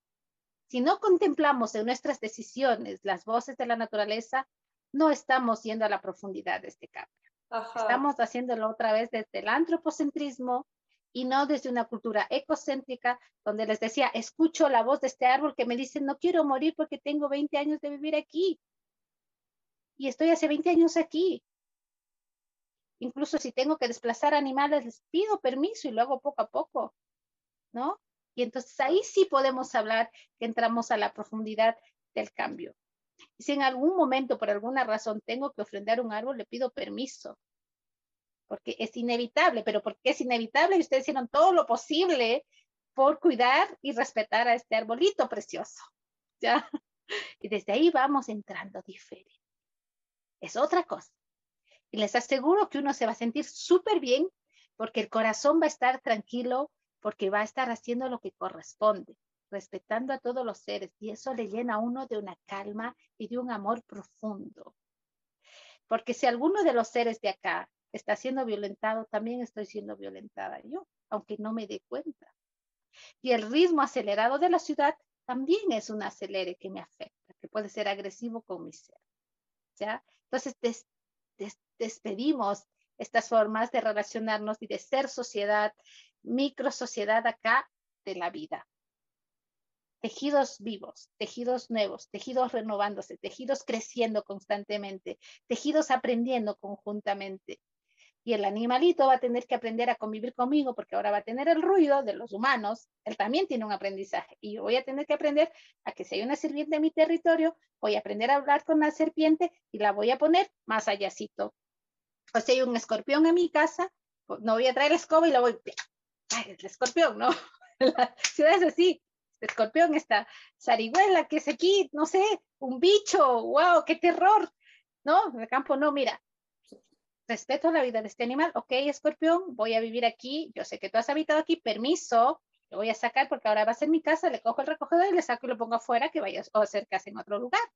Si no contemplamos en nuestras decisiones las voces de la naturaleza, no estamos yendo a la profundidad de este cambio. Ajá. Estamos haciéndolo otra vez desde el antropocentrismo y no desde una cultura ecocéntrica, donde les decía, escucho la voz de este árbol que me dice, no quiero morir porque tengo 20 años de vivir aquí. Y estoy hace 20 años aquí. Incluso si tengo que desplazar animales, les pido permiso y lo hago poco a poco, ¿no? Y entonces ahí sí podemos hablar que entramos a la profundidad del cambio. Y si en algún momento, por alguna razón, tengo que ofrendar un árbol, le pido permiso, porque es inevitable, pero porque es inevitable y ustedes hicieron todo lo posible por cuidar y respetar a este arbolito precioso, ¿ya? Y desde ahí vamos entrando diferente. Es otra cosa. Y les aseguro que uno se va a sentir súper bien porque el corazón va a estar tranquilo, porque va a estar haciendo lo que corresponde, respetando a todos los seres. Y eso le llena a uno de una calma y de un amor profundo. Porque si alguno de los seres de acá está siendo violentado, también estoy siendo violentada yo, aunque no me dé cuenta. Y el ritmo acelerado de la ciudad también es un acelere que me afecta, que puede ser agresivo con mi ser. ¿Ya? Entonces, despedimos estas formas de relacionarnos y de ser sociedad, micro sociedad acá de la vida. tejidos vivos, tejidos nuevos, tejidos renovándose, tejidos creciendo constantemente, tejidos aprendiendo conjuntamente. Y el animalito va a tener que aprender a convivir conmigo porque ahora va a tener el ruido de los humanos. Él también tiene un aprendizaje y yo voy a tener que aprender a que si hay una serpiente en mi territorio, voy a aprender a hablar con la serpiente y la voy a poner más allácito. O si hay un escorpión en mi casa, pues no voy a traer la escoba y la voy, ¡ay, el escorpión! ¿No? La ciudad es así, este escorpión, esta zarigüela que es aquí, no sé, un bicho, wow, qué terror, ¿no? En el campo no, mira, respeto la vida de este animal, ok, escorpión, voy a vivir aquí, yo sé que tú has habitado aquí, permiso, lo voy a sacar porque ahora va a ser mi casa, le cojo el recogedor y le saco y lo pongo afuera que vaya a hacer casa en otro lugar,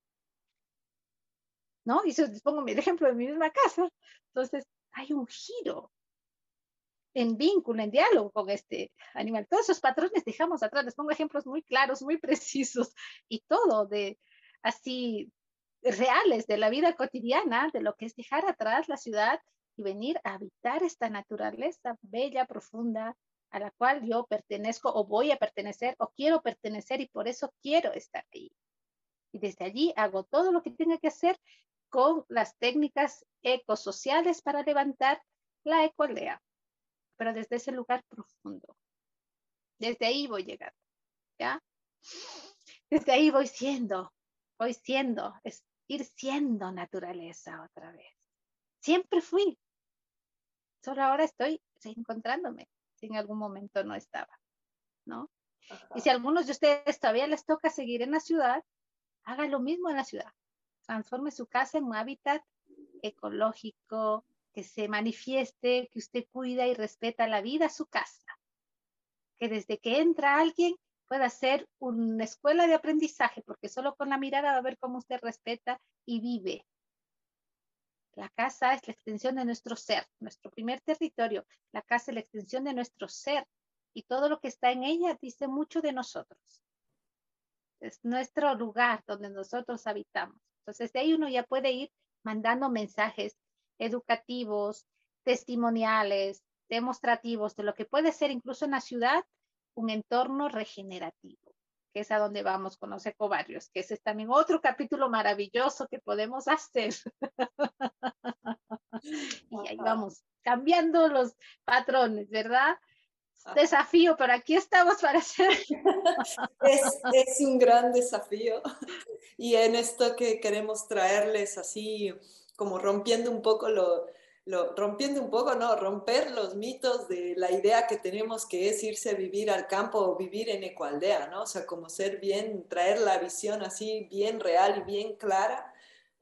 ¿no? Y si les pongo mi ejemplo de mi misma casa, entonces hay un giro en vínculo, en diálogo con este animal. Todos esos patrones dejamos atrás, les pongo ejemplos muy claros, muy precisos y todo de así reales de la vida cotidiana, de lo que es dejar atrás la ciudad y venir a habitar esta naturaleza bella, profunda, a la cual yo pertenezco o voy a pertenecer o quiero pertenecer y por eso quiero estar ahí. Y desde allí hago todo lo que tenga que hacer con las técnicas ecosociales para levantar la ecoaldea, pero desde ese lugar profundo. Desde ahí voy llegando, ¿ya? Desde ahí voy siendo, es ir siendo naturaleza otra vez. Siempre fui, solo ahora estoy reencontrándome, si en algún momento no estaba, ¿no? Y si a algunos de ustedes todavía les toca seguir en la ciudad, haga lo mismo en la ciudad. Transforme su casa en un hábitat ecológico, que se manifieste, que usted cuida y respeta la vida, su casa. Que desde que entra alguien pueda ser una escuela de aprendizaje, porque solo con la mirada va a ver cómo usted respeta y vive. La casa es la extensión de nuestro ser, nuestro primer territorio. La casa es la extensión de nuestro ser y todo lo que está en ella dice mucho de nosotros. Es nuestro lugar donde nosotros habitamos. Entonces, de ahí uno ya puede ir mandando mensajes educativos, testimoniales, demostrativos de lo que puede ser incluso en la ciudad un entorno regenerativo, que es a donde vamos con los ecobarrios, que ese es también otro capítulo maravilloso que podemos hacer. Y ahí vamos cambiando los patrones, ¿verdad? Desafío, pero aquí estamos para hacer. Es un gran desafío y en esto que queremos traerles así como rompiendo un poco rompiendo un poco, no, romper los mitos de la idea que tenemos que es irse a vivir al campo o vivir en ecoaldea, ¿no? O sea, como ser bien, traer la visión así bien real y bien clara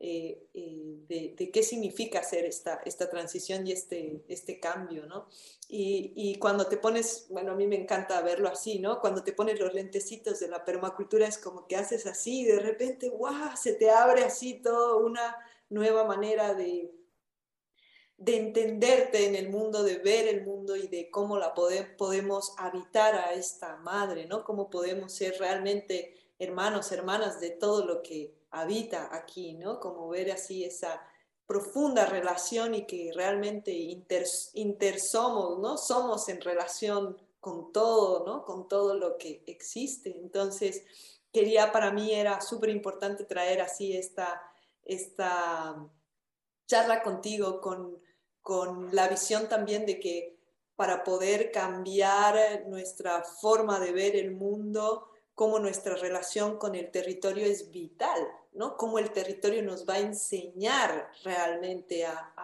de qué significa hacer esta transición y este cambio, ¿no? Y cuando te pones, bueno, a mí me encanta verlo así, ¿no? Cuando te pones los lentecitos de la permacultura es como que haces así y de repente, ¡guau!, se te abre así toda una nueva manera de entenderte en el mundo, de ver el mundo y de cómo podemos habitar a esta madre, ¿no? Cómo podemos ser realmente hermanos, hermanas de todo lo que habita aquí, ¿no? Como ver así esa profunda relación y que realmente intersomos, ¿no? Somos en relación con todo, ¿no? Con todo lo que existe. Entonces, para mí era súper importante traer así esta charla contigo con la visión también de que para poder cambiar nuestra forma de ver el mundo, cómo nuestra relación con el territorio es vital, ¿no? Cómo el territorio nos va a enseñar realmente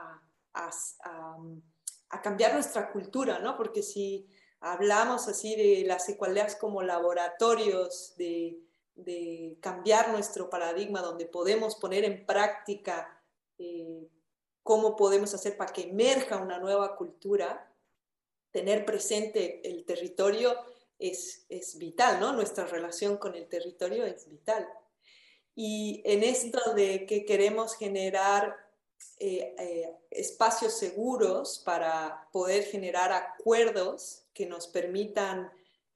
a cambiar nuestra cultura, ¿no? Porque si hablamos así de las ecualdeas como laboratorios de cambiar nuestro paradigma, donde podemos poner en práctica cómo podemos hacer para que emerja una nueva cultura, tener presente el territorio es vital, ¿no? Nuestra relación con el territorio es vital. Y en esto de que queremos generar espacios seguros para poder generar acuerdos que nos permitan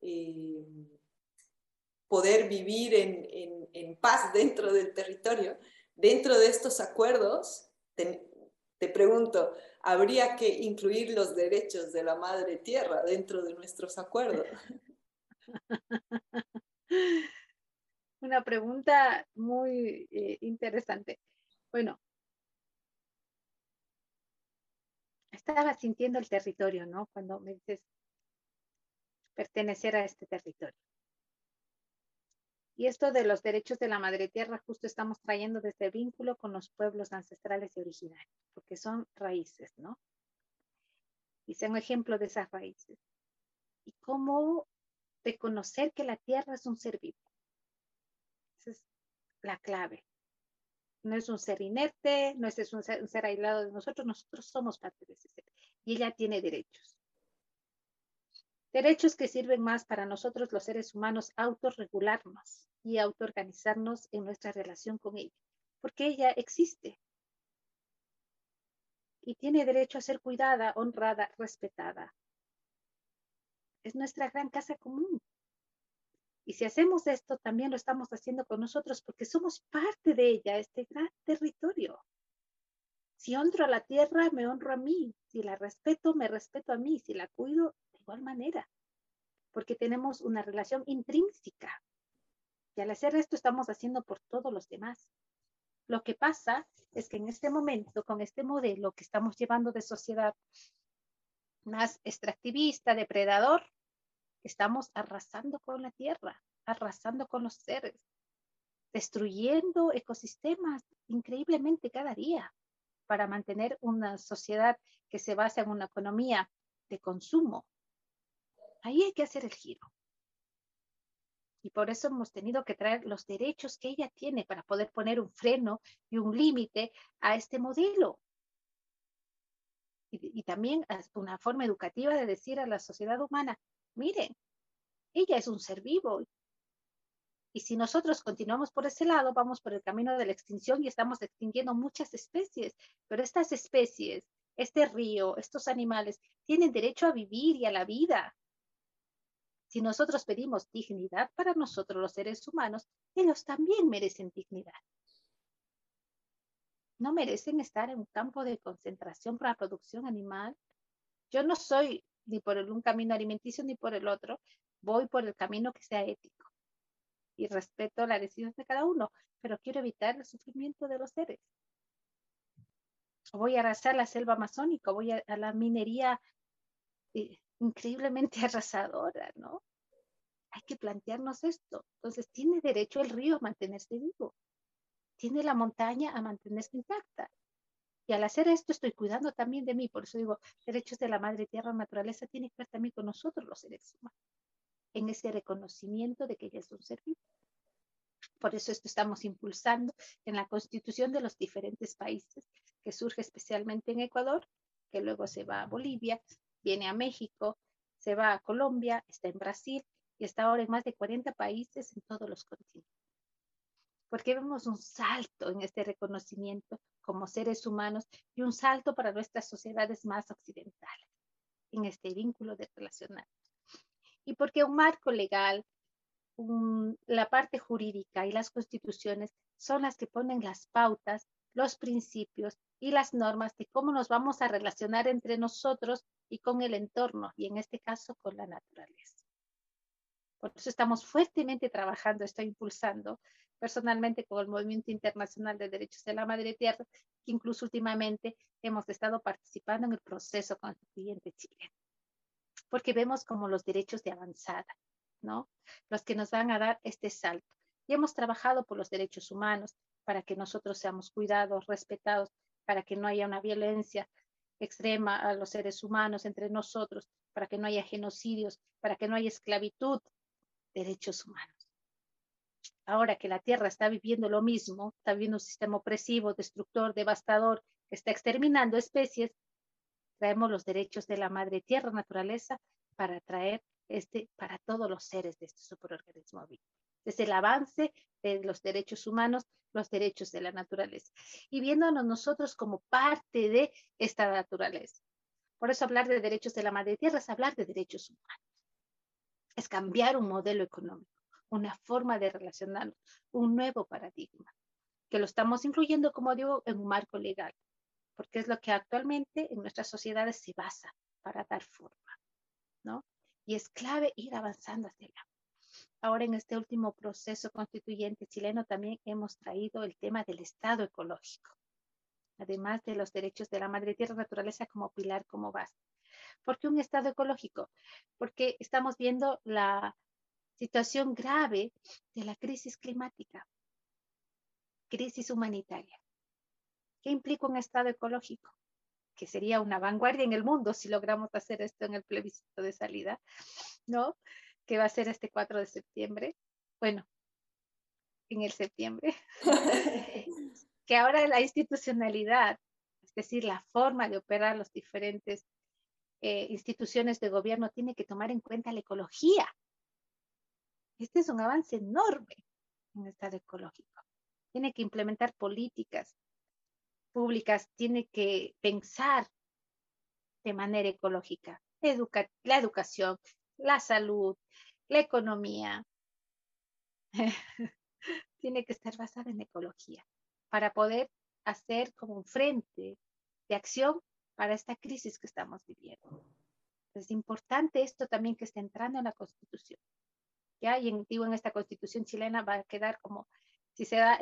poder vivir en paz dentro del territorio, dentro de estos acuerdos, te pregunto, ¿habría que incluir los derechos de la madre tierra dentro de nuestros acuerdos? Una pregunta muy interesante. Bueno, estaba sintiendo el territorio, ¿no? Cuando me dices pertenecer a este territorio. Y esto de los derechos de la madre tierra justo estamos trayendo desde el vínculo con los pueblos ancestrales y originarios, porque son raíces, ¿no? Y sea un ejemplo de esas raíces. Y cómo reconocer que la tierra es un ser vivo. Esa es la clave. No es un ser inerte, no es un ser aislado de nosotros, nosotros somos parte de ese ser. Y ella tiene derechos. Derechos que sirven más para nosotros los seres humanos autorregularnos y autoorganizarnos en nuestra relación con ella, porque ella existe y tiene derecho a ser cuidada, honrada, respetada. Es nuestra gran casa común. Y si hacemos esto, también lo estamos haciendo con nosotros porque somos parte de ella, este gran territorio. Si honro a la tierra, me honro a mí. Si la respeto, me respeto a mí. Si la cuido, de igual manera, porque tenemos una relación intrínseca. Y al hacer esto, estamos haciendo por todos los demás. Lo que pasa es que en este momento, con este modelo que estamos llevando de sociedad más extractivista, depredador, estamos arrasando con la tierra, arrasando con los seres, destruyendo ecosistemas increíblemente cada día para mantener una sociedad que se basa en una economía de consumo. Ahí hay que hacer el giro. Y por eso hemos tenido que traer los derechos que ella tiene para poder poner un freno y un límite a este modelo. Y también una forma educativa de decir a la sociedad humana, miren, ella es un ser vivo. Y si nosotros continuamos por ese lado, vamos por el camino de la extinción y estamos extinguiendo muchas especies. Pero estas especies, este río, estos animales, tienen derecho a vivir y a la vida. Si nosotros pedimos dignidad para nosotros los seres humanos, ellos también merecen dignidad. No merecen estar en un campo de concentración para la producción animal. Yo no soy ni por un camino alimenticio ni por el otro. Voy por el camino que sea ético y respeto la decisión de cada uno, pero quiero evitar el sufrimiento de los seres. Voy a arrasar la selva amazónica, voy a la minería increíblemente arrasadora, ¿no? Hay que plantearnos esto. Entonces, ¿tiene derecho el río a mantenerse vivo? ¿Tiene la montaña a mantenerse intacta? Y al hacer esto estoy cuidando también de mí. Por eso digo, derechos de la madre tierra, naturaleza, tiene que ver también con nosotros los seres humanos, en ese reconocimiento de que ella es un ser vivo. Por eso esto estamos impulsando en la constitución de los diferentes países, que surge especialmente en Ecuador, que luego se va a Bolivia, viene a México, se va a Colombia, está en Brasil y está ahora en más de 40 países en todos los continentes. Porque vemos un salto en este reconocimiento como seres humanos y un salto para nuestras sociedades más occidentales en este vínculo de relacionar. Y porque un marco legal, la parte jurídica y las constituciones son las que ponen las pautas, los principios y las normas de cómo nos vamos a relacionar entre nosotros y con el entorno, y en este caso con la naturaleza. Por eso estamos fuertemente trabajando, estoy impulsando personalmente con el Movimiento Internacional de Derechos de la Madre Tierra, que incluso últimamente hemos estado participando en el proceso constituyente chileno, porque vemos como los derechos de avanzada, ¿no? Los que nos van a dar este salto. Y hemos trabajado por los derechos humanos para que nosotros seamos cuidados, respetados, para que no haya una violencia extrema a los seres humanos entre nosotros, para que no haya genocidios, para que no haya esclavitud, derechos humanos. Ahora que la Tierra está viviendo lo mismo, está viviendo un sistema opresivo, destructor, devastador, que está exterminando especies, traemos los derechos de la madre tierra, naturaleza, para traer para todos los seres de este superorganismo vivo. Desde el avance de los derechos humanos, los derechos de la naturaleza. Y viéndonos nosotros como parte de esta naturaleza. Por eso hablar de derechos de la madre tierra es hablar de derechos humanos. Es cambiar un modelo económico, una forma de relacionarnos, un nuevo paradigma, que lo estamos incluyendo, como digo, en un marco legal, porque es lo que actualmente en nuestras sociedades se basa para dar forma, ¿no? Y es clave ir avanzando hacia allá. ahora en este último proceso constituyente chileno también hemos traído el tema del Estado ecológico, además de los derechos de la madre tierra naturaleza como pilar, como base. ¿Por qué un Estado ecológico? Porque estamos viendo la situación grave de la crisis climática, crisis humanitaria. ¿Qué implica un Estado ecológico? Que sería una vanguardia en el mundo si logramos hacer esto en el plebiscito de salida, ¿no? Que va a ser este 4 de septiembre. Bueno, en el septiembre. Que ahora la institucionalidad, es decir, la forma de operar las diferentes instituciones de gobierno tiene que tomar en cuenta la ecología. Este es un avance enorme en el Estado ecológico. Tiene que implementar políticas públicas, tiene que pensar de manera ecológica. La educación, la salud, la economía, tiene que estar basada en ecología para poder hacer como un frente de acción para esta crisis que estamos viviendo. Es importante esto también que está entrando en la Constitución. ¿Ya? Y digo, en esta Constitución chilena va a quedar como si se da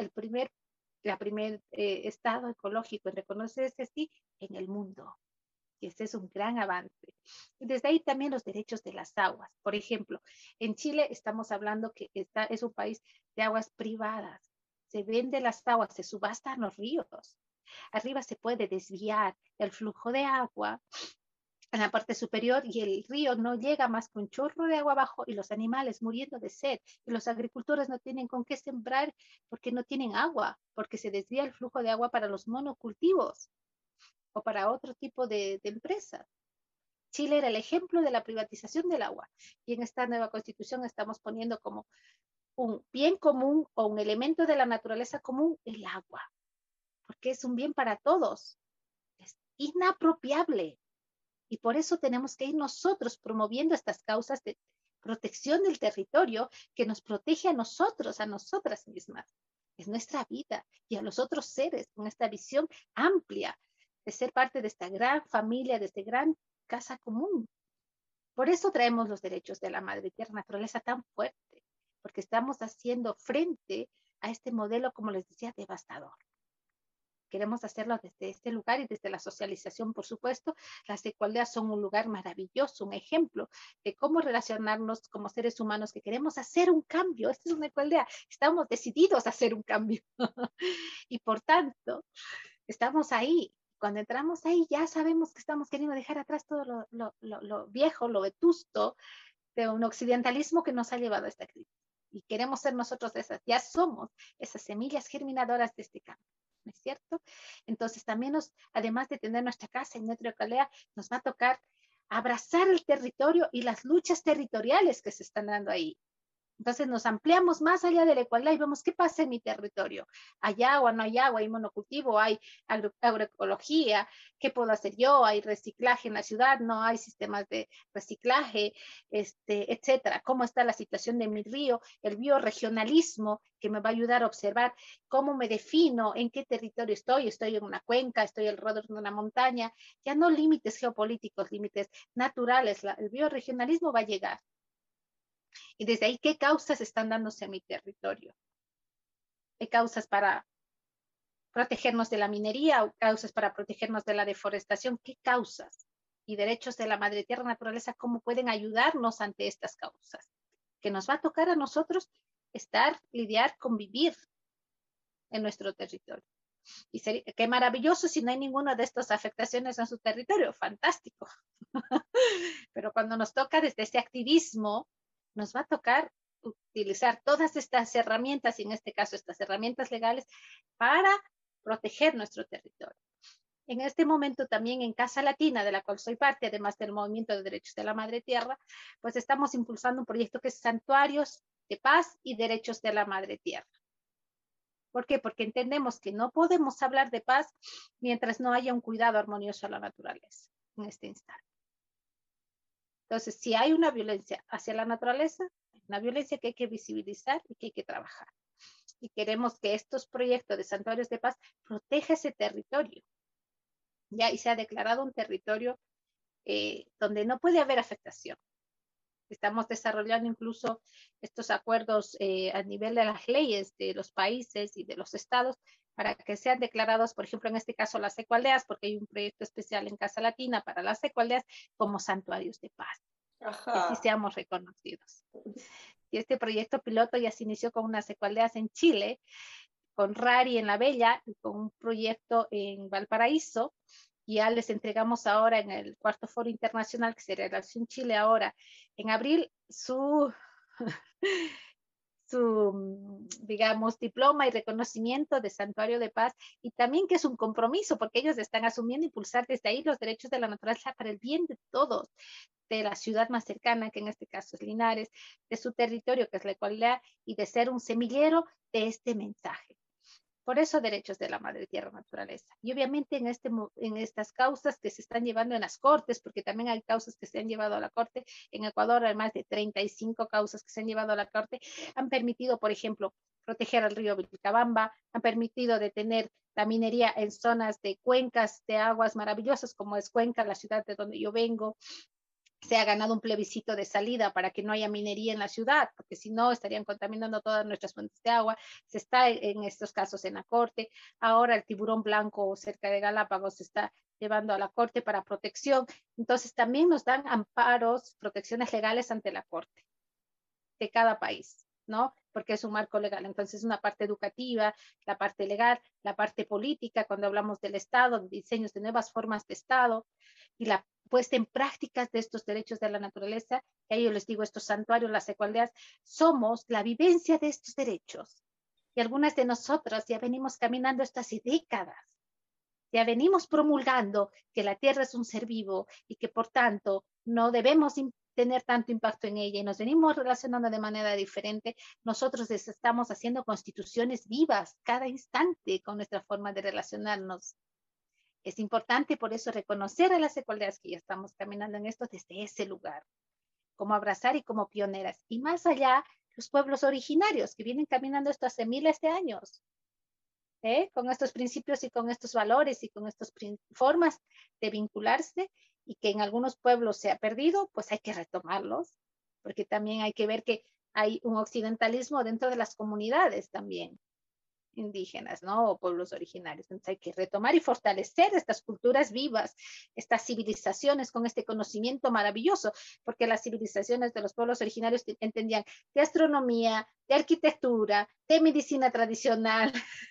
la primer estado ecológico en reconocerse así en el mundo. Y este es un gran avance. Y desde ahí también los derechos de las aguas. Por ejemplo, en Chile estamos hablando que es un país de aguas privadas. Se vende las aguas, se subastan los ríos. Arriba se puede desviar el flujo de agua en la parte superior y el río no llega más que un chorro de agua abajo y los animales muriendo de sed y los agricultores no tienen con qué sembrar porque no tienen agua, porque se desvía el flujo de agua para los monocultivos o para otro tipo de empresas. Chile era el ejemplo de la privatización del agua y en esta nueva constitución estamos poniendo como un bien común o un elemento de la naturaleza común el agua, porque es un bien para todos, es inapropiable y por eso tenemos que ir nosotros promoviendo estas causas de protección del territorio que nos protege a nosotros, a nosotras mismas. Es nuestra vida y a los otros seres con esta visión amplia de ser parte de esta gran familia, de esta gran casa común. Por eso traemos los derechos de la madre tierra naturaleza tan fuerte, porque estamos haciendo frente a este modelo, como les decía, devastador. Queremos hacerlo desde este lugar y desde la socialización, por supuesto. Las ecoaldeas son un lugar maravilloso, un ejemplo de cómo relacionarnos como seres humanos que queremos hacer un cambio. Esta es una ecoaldea, estamos decididos a hacer un cambio. Y por tanto, estamos ahí. Cuando entramos ahí ya sabemos que estamos queriendo dejar atrás todo lo viejo, lo vetusto, de un occidentalismo que nos ha llevado a esta crisis. Y queremos ser nosotros esas, ya somos esas semillas germinadoras de este cambio. ¿No es cierto? Entonces también además de tener nuestra casa en nuestra localidad, nos va a tocar abrazar el territorio y las luchas territoriales que se están dando ahí. Entonces nos ampliamos más allá de la igualdad y vemos qué pasa en mi territorio. ¿Hay agua, no hay agua? ¿Hay monocultivo? ¿Hay agroecología? ¿Qué puedo hacer yo? ¿Hay reciclaje en la ciudad? ¿No hay sistemas de reciclaje? Etcétera. ¿Cómo está la situación de mi río? El bioregionalismo que me va a ayudar a observar cómo me defino, en qué territorio estoy. Estoy en una cuenca, estoy alrededor de una montaña. Ya no límites geopolíticos, límites naturales. El bioregionalismo va a llegar. Y desde ahí, ¿qué causas están dándose a mi territorio? ¿Qué causas para protegernos de la minería o causas para protegernos de la deforestación? ¿Qué causas? Y derechos de la madre tierra naturaleza, ¿cómo pueden ayudarnos ante estas causas? Que nos va a tocar a nosotros lidiar, convivir en nuestro territorio. Y qué maravilloso si no hay ninguna de estas afectaciones en su territorio, fantástico. Pero cuando nos toca desde ese activismo, nos va a tocar utilizar todas estas herramientas, y en este caso estas herramientas legales, para proteger nuestro territorio. En este momento también en Casa Latina, de la cual soy parte, además del Movimiento de Derechos de la Madre Tierra, pues estamos impulsando un proyecto que es Santuarios de Paz y Derechos de la Madre Tierra. ¿Por qué? Porque entendemos que no podemos hablar de paz mientras no haya un cuidado armonioso a la naturaleza en este instante. Entonces, si hay una violencia hacia la naturaleza, una violencia que hay que visibilizar y que hay que trabajar. Y queremos que estos proyectos de santuarios de paz proteja ese territorio. Ya, y se ha declarado un territorio donde no puede haber afectación. Estamos desarrollando incluso estos acuerdos a nivel de las leyes de los países y de los estados para que sean declarados, por ejemplo, en este caso las ecoaldeas, porque hay un proyecto especial en Casa Latina para las ecoaldeas como santuarios de paz, y así Ajá. seamos reconocidos. Y este proyecto piloto ya se inició con unas ecoaldeas en Chile, con RARI en La Bella, y con un proyecto en Valparaíso. Ya les entregamos ahora en el cuarto foro internacional que se realizó en Chile ahora en abril digamos, diploma y reconocimiento de Santuario de Paz, y también que es un compromiso, porque ellos están asumiendo impulsar desde ahí los derechos de la naturaleza para el bien de todos, de la ciudad más cercana, que en este caso es Linares, de su territorio, que es la ecualidad, y de ser un semillero de este mensaje. Por eso derechos de la madre tierra naturaleza. Y obviamente en estas causas que se están llevando en las cortes, porque también hay causas que se han llevado a la corte, en Ecuador hay más de 35 causas que se han llevado a la corte, han permitido, por ejemplo, proteger al río Vilcabamba, han permitido detener la minería en zonas de cuencas de aguas maravillosas, como es Cuenca, la ciudad de donde yo vengo. Se ha ganado un plebiscito de salida para que no haya minería en la ciudad, porque si no estarían contaminando todas nuestras fuentes de agua. Se está en estos casos en la corte. Ahora el tiburón blanco cerca de Galápagos se está llevando a la corte para protección. Entonces también nos dan amparos, protecciones legales ante la corte de cada país, ¿no? Porque es un marco legal. Entonces, una parte educativa, la parte legal, la parte política, cuando hablamos del Estado, diseños de nuevas formas de Estado, y la puesta en prácticas de estos derechos de la naturaleza, que ahí yo les digo, estos santuarios, las ecualdeas, somos la vivencia de estos derechos. Y algunas de nosotras ya venimos caminando estas décadas. Ya venimos promulgando que la tierra es un ser vivo y que por tanto no debemos tener tanto impacto en ella, y nos venimos relacionando de manera diferente. Nosotros estamos haciendo constituciones vivas cada instante con nuestra forma de relacionarnos. Es importante por eso reconocer a las ecualdeas que ya estamos caminando en esto desde ese lugar, como abrazar y como pioneras. Y más allá, los pueblos originarios que vienen caminando esto hace miles de años. Con estos principios y con estos valores y con estas formas de vincularse, y que en algunos pueblos se ha perdido, pues hay que retomarlos, porque también hay que ver que hay un occidentalismo dentro de las comunidades también indígenas, ¿no? O pueblos originarios. Entonces hay que retomar y fortalecer estas culturas vivas, estas civilizaciones con este conocimiento maravilloso, porque las civilizaciones de los pueblos originarios entendían de astronomía, de arquitectura, de medicina tradicional,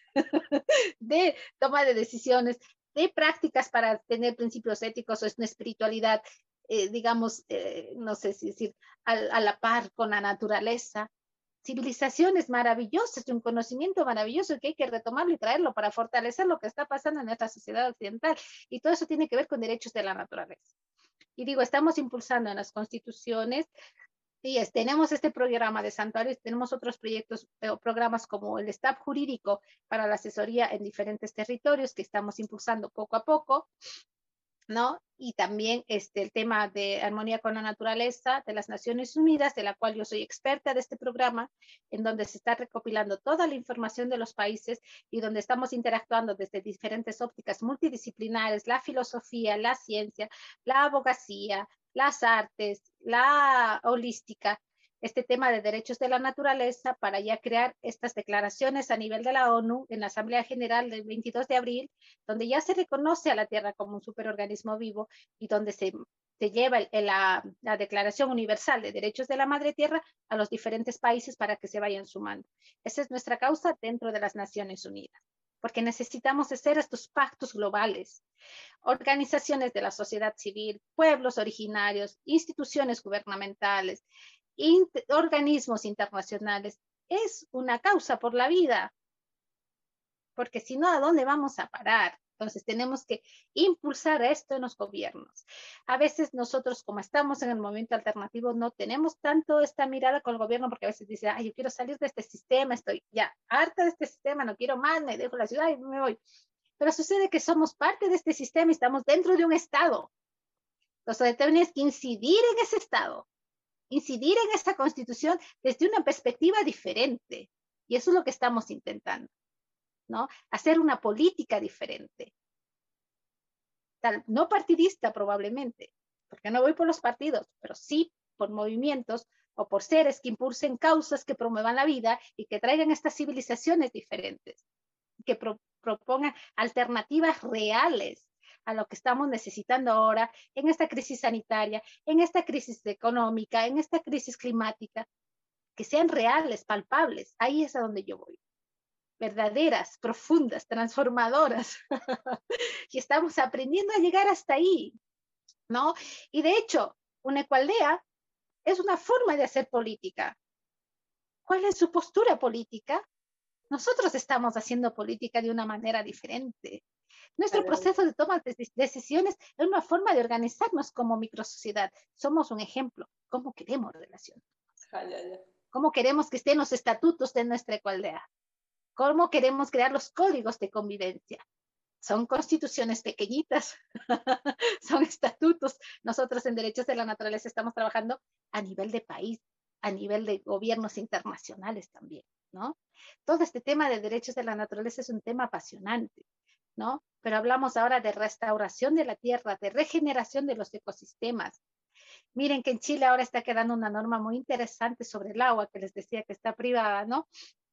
de toma de decisiones, de prácticas para tener principios éticos o una espiritualidad, digamos, no sé si decir, a la par con la naturaleza. Civilizaciones maravillosas, de un conocimiento maravilloso que hay que retomarlo y traerlo para fortalecer lo que está pasando en nuestra sociedad occidental. Y todo eso tiene que ver con derechos de la naturaleza. Y digo, estamos impulsando en las constituciones. Sí, tenemos este programa de santuarios, tenemos otros proyectos o programas como el staff jurídico para la asesoría en diferentes territorios que estamos impulsando poco a poco, ¿no? Y también el tema de armonía con la naturaleza de las Naciones Unidas, de la cual yo soy experta de este programa, en donde se está recopilando toda la información de los países y donde estamos interactuando desde diferentes ópticas multidisciplinares, la filosofía, la ciencia, la abogacía, las artes, la holística, este tema de derechos de la naturaleza, para ya crear estas declaraciones a nivel de la ONU en la Asamblea General del 22 de abril, donde ya se reconoce a la Tierra como un superorganismo vivo y donde se lleva la Declaración Universal de Derechos de la Madre Tierra a los diferentes países para que se vayan sumando. Esa es nuestra causa dentro de las Naciones Unidas, porque necesitamos hacer estos pactos globales. Organizaciones de la sociedad civil, pueblos originarios, instituciones gubernamentales, organismos internacionales. Es una causa por la vida, porque si no, ¿a dónde vamos a parar? Entonces tenemos que impulsar esto en los gobiernos. A veces nosotros, como estamos en el movimiento alternativo, no tenemos tanto esta mirada con el gobierno, porque a veces dice, ay, yo quiero salir de este sistema, estoy ya harta de este sistema, no quiero más, me dejo la ciudad y me voy. Pero sucede que somos parte de este sistema y estamos dentro de un Estado. Entonces tenemos que incidir en ese Estado, incidir en esa Constitución desde una perspectiva diferente. Y eso es lo que estamos intentando, ¿no? Hacer una política diferente. No partidista probablemente, porque no voy por los partidos, pero sí por movimientos o por seres que impulsen causas que promuevan la vida y que traigan estas civilizaciones diferentes, que propongan alternativas reales a lo que estamos necesitando ahora en esta crisis sanitaria, en esta crisis económica, en esta crisis climática, que sean reales, palpables. Ahí es a donde yo voy. Verdaderas, profundas, transformadoras. Y estamos aprendiendo a llegar hasta ahí, ¿no? Y de hecho, una ecualdea es una forma de hacer política. ¿Cuál es su postura política? Nosotros estamos haciendo política de una manera diferente. Nuestro proceso de toma de decisiones es una forma de organizarnos como microsociedad. Somos un ejemplo. ¿Cómo queremos relacionarnos? ¿Cómo queremos que estén los estatutos de nuestra ecualdea? ¿Cómo queremos crear los códigos de convivencia? Son constituciones pequeñitas, son estatutos. Nosotros en Derechos de la Naturaleza estamos trabajando a nivel de país, a nivel de gobiernos internacionales también, ¿no? Todo este tema de derechos de la naturaleza es un tema apasionante, ¿no? Pero hablamos ahora de restauración de la tierra, de regeneración de los ecosistemas. Miren que en Chile ahora está quedando una norma muy interesante sobre el agua, que les decía que está privada, ¿no?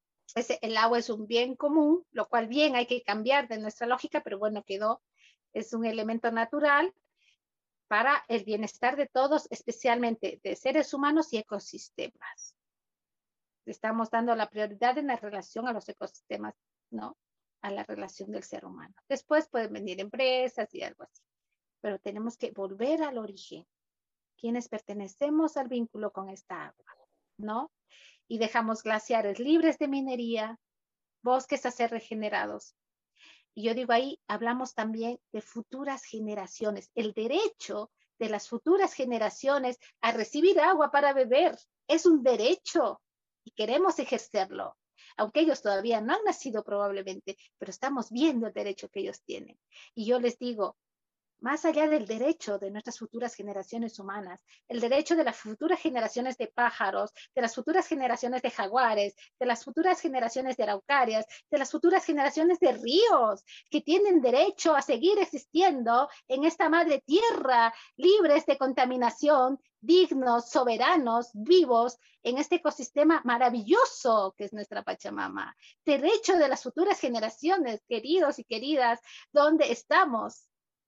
El agua es un bien común, lo cual bien hay que cambiar de nuestra lógica, pero bueno, quedó, es un elemento natural para el bienestar de todos, especialmente de seres humanos y ecosistemas. Estamos dando la prioridad en la relación a los ecosistemas, ¿no? A la relación del ser humano. Después pueden venir empresas y algo así, pero tenemos que volver al origen, quienes pertenecemos al vínculo con esta agua, ¿no? Y dejamos glaciares libres de minería, bosques a ser regenerados. Y yo digo ahí, hablamos también de futuras generaciones, el derecho de las futuras generaciones a recibir agua para beber. Es un derecho y queremos ejercerlo, aunque ellos todavía no han nacido probablemente, pero estamos viendo el derecho que ellos tienen. Y yo les digo, más allá del derecho de nuestras futuras generaciones humanas, el derecho de las futuras generaciones de pájaros, de las futuras generaciones de jaguares, de las futuras generaciones de araucarias, de las futuras generaciones de ríos, que tienen derecho a seguir existiendo en esta madre tierra, libres de contaminación, dignos, soberanos, vivos, en este ecosistema maravilloso que es nuestra Pachamama. Derecho de las futuras generaciones, queridos y queridas, donde estamos.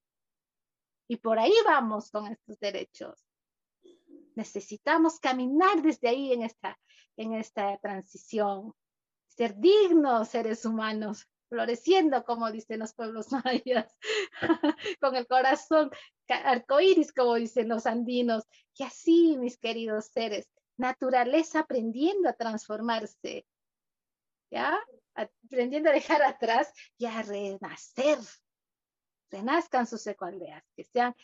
Y por ahí vamos con estos derechos. Necesitamos caminar desde ahí en esta transición. Ser dignos seres humanos, floreciendo, como dicen los pueblos mayas, con el corazón arcoíris, como dicen los andinos. Y así, mis queridos seres, naturaleza aprendiendo a transformarse, ¿ya? Aprendiendo a dejar atrás y a renacer. Renazcan sus ecoaldeas, que sean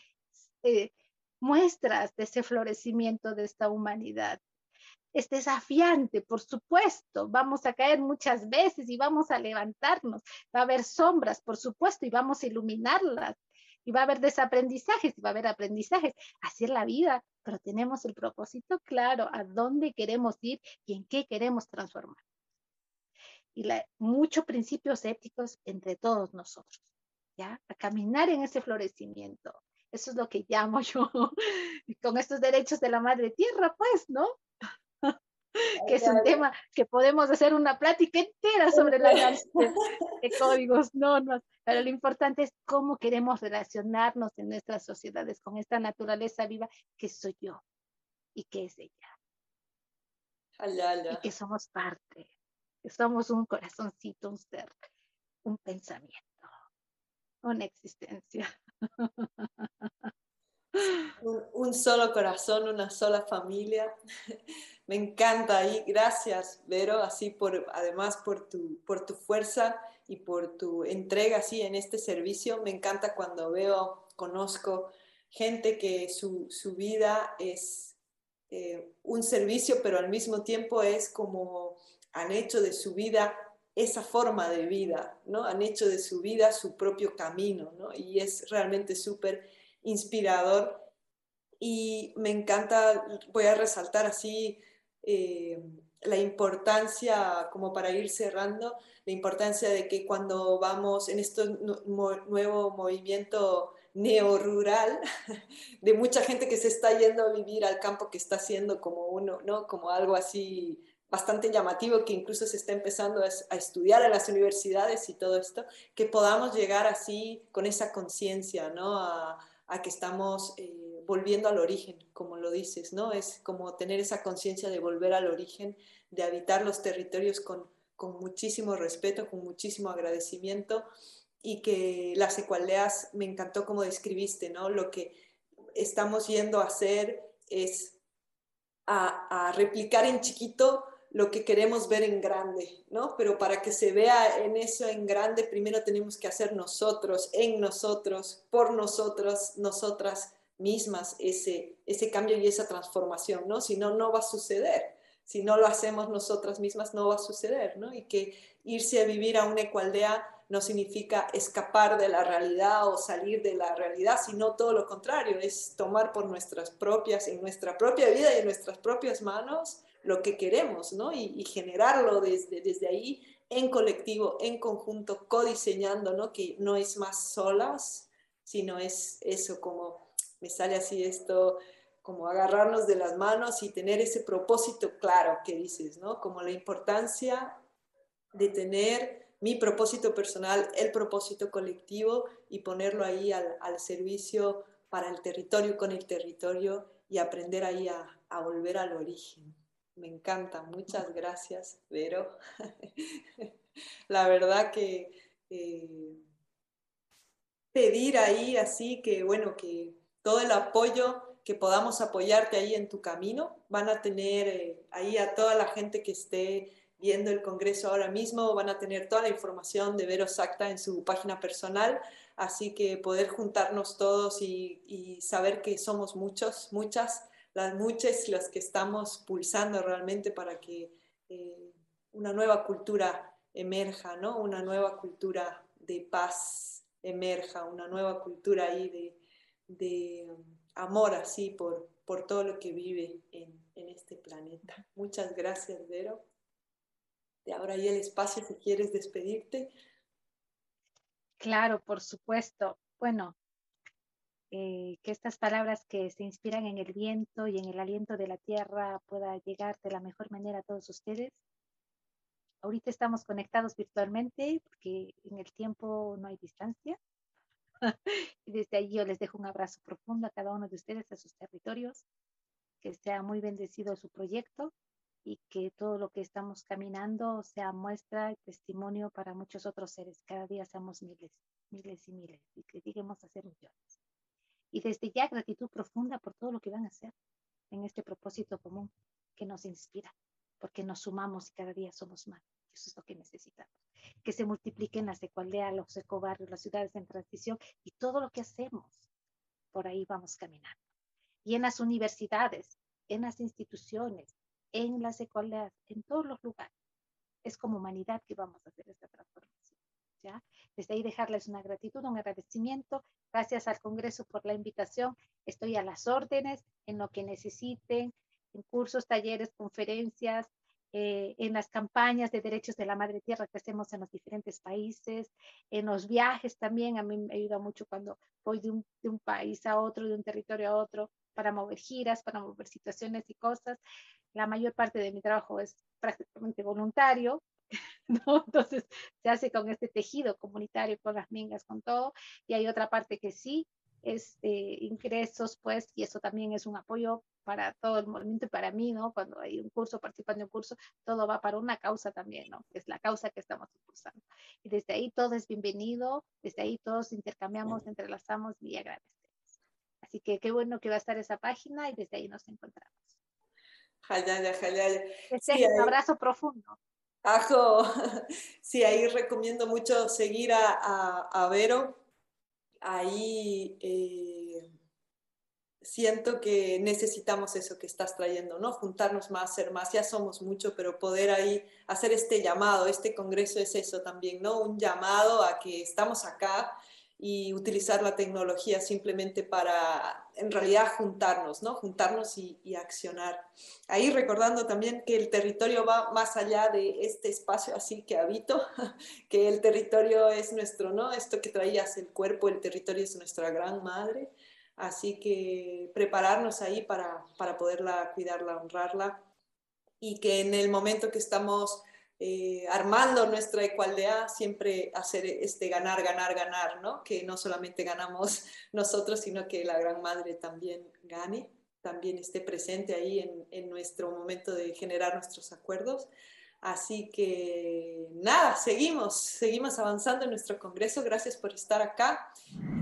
muestras de ese florecimiento de esta humanidad. Es desafiante, por supuesto, vamos a caer muchas veces y vamos a levantarnos, va a haber sombras, por supuesto, y vamos a iluminarlas, y va a haber desaprendizajes, y va a haber aprendizajes, así es la vida, pero tenemos el propósito claro, a dónde queremos ir y en qué queremos transformar. Y muchos principios éticos entre todos nosotros. ¿Ya? A caminar en ese florecimiento. Eso es lo que llamo yo, con estos derechos de la madre tierra, pues, ¿no? Que es un tema que podemos hacer una plática entera sobre el análisis de códigos, normas, pero lo importante es cómo queremos relacionarnos en nuestras sociedades con esta naturaleza viva que soy yo y que es ella. Y que somos parte, que somos un corazoncito, un ser, un pensamiento. Una existencia. Un solo corazón, una sola familia. Me encanta y gracias, Vero, así además por tu fuerza y por tu entrega así en este servicio. Me encanta cuando conozco gente que su vida es un servicio, pero al mismo tiempo es como han hecho de su vida esa forma de vida, ¿no? Han hecho de su vida su propio camino, ¿no? Y es realmente súper inspirador y me encanta, voy a resaltar así la importancia, como para ir cerrando, la importancia de que cuando vamos en este nuevo movimiento neorural, de mucha gente que se está yendo a vivir al campo, que está haciendo como uno, ¿no? Como algo así bastante llamativo, que incluso se está empezando a estudiar en las universidades y todo esto, que podamos llegar así con esa conciencia, ¿no? A que estamos volviendo al origen, como lo dices, ¿no? Es como tener esa conciencia de volver al origen, de habitar los territorios con muchísimo respeto, con muchísimo agradecimiento, y que las ecualdeas, me encantó como describiste, ¿no? Lo que estamos yendo a hacer es a replicar en chiquito lo que queremos ver en grande, ¿no? Pero para que se vea en eso en grande, primero tenemos que hacer nosotros, en nosotros, por nosotros, nosotras mismas, ese cambio y esa transformación, ¿no? Si no, no va a suceder. Si no lo hacemos nosotras mismas, no va a suceder, ¿no? Y que irse a vivir a una ecualdea no significa escapar de la realidad o salir de la realidad, sino todo lo contrario, es tomar por nuestras propias, en nuestra propia vida y en nuestras propias manos lo que queremos, ¿no? Y generarlo desde ahí en colectivo, en conjunto, codiseñando, ¿no? Que no es más solas, sino es eso, como me sale así esto, como agarrarnos de las manos y tener ese propósito claro que dices, ¿no? Como la importancia de tener mi propósito personal, el propósito colectivo y ponerlo ahí al servicio para el territorio, con el territorio, y aprender ahí a volver al origen. Me encanta, muchas gracias, Vero. La verdad que pedir ahí así que, bueno, que todo el apoyo, que podamos apoyarte ahí en tu camino. Van a tener ahí a toda la gente que esté viendo el Congreso ahora mismo, van a tener toda la información de Vero Sacta en su página personal, así que poder juntarnos todos y saber que somos muchos, muchas, las muchas, las que estamos pulsando realmente para que una nueva cultura emerja, ¿no? Una nueva cultura de paz emerja, una nueva cultura ahí de amor así por todo lo que vive en este planeta. Muchas gracias, Vero. Te abro ahí el espacio si quieres despedirte. Claro, por supuesto. Bueno, que estas palabras que se inspiran en el viento y en el aliento de la tierra pueda llegar de la mejor manera a todos ustedes. Ahorita estamos conectados virtualmente porque en el tiempo no hay distancia. Y desde ahí yo les dejo un abrazo profundo a cada uno de ustedes, a sus territorios. Que sea muy bendecido su proyecto y que todo lo que estamos caminando sea muestra y testimonio para muchos otros seres. Cada día seamos miles, miles y miles y que lleguemos a ser millones. Y desde ya gratitud profunda por todo lo que van a hacer en este propósito común que nos inspira, porque nos sumamos y cada día somos más. Eso es lo que necesitamos. Que se multipliquen las ecoaldeas, los ecobarrios, las ciudades en transición y todo lo que hacemos. Por ahí vamos caminando. Y en las universidades, en las instituciones, en las escuelas, en todos los lugares. Es como humanidad que vamos a hacer esta transformación. ¿Ya? Desde ahí dejarles una gratitud, un agradecimiento. Gracias al Congreso por la invitación. Estoy a las órdenes en lo que necesiten, en cursos, talleres, conferencias, en las campañas de derechos de la madre tierra que hacemos en los diferentes países, en los viajes también. A mí me ayuda mucho cuando voy de un país a otro, de un territorio a otro, para mover giras, para mover situaciones y cosas. La mayor parte de mi trabajo es prácticamente voluntario, ¿no? Entonces se hace con este tejido comunitario, con las mingas, con todo, y hay otra parte que sí es ingresos, pues, y eso también es un apoyo para todo el movimiento y para mí, ¿no? Cuando hay un curso, participando en un curso, todo va para una causa también, ¿no? Es la causa que estamos impulsando. Y desde ahí todo es bienvenido, desde ahí todos intercambiamos, entrelazamos y agradecemos. Así que qué bueno que va a estar esa página y desde ahí nos encontramos. Jayaya, jayaya. Les Sí, dejo un ahí, abrazo profundo. ajo. Sí, ahí recomiendo mucho seguir a Vero. Ahí siento que necesitamos eso que estás trayendo, ¿no? Juntarnos más, ser más, ya somos mucho, pero poder ahí hacer este llamado, este congreso es eso también, ¿no? Un llamado a que estamos acá y utilizar la tecnología simplemente para, en realidad, juntarnos, ¿no? Juntarnos y accionar. Ahí recordando también que el territorio va más allá de este espacio así que habito, que el territorio es nuestro, ¿no? Esto que traías, el cuerpo, el territorio es nuestra gran madre. Así que prepararnos ahí para poderla cuidarla, honrarla y que en el momento que estamos armando nuestra ecualdea, siempre hacer este ganar, ganar, ganar, ¿no? Que no solamente ganamos nosotros, sino que la Gran Madre también gane, también esté presente ahí en nuestro momento de generar nuestros acuerdos. Así que nada, seguimos avanzando en nuestro congreso. Gracias por estar acá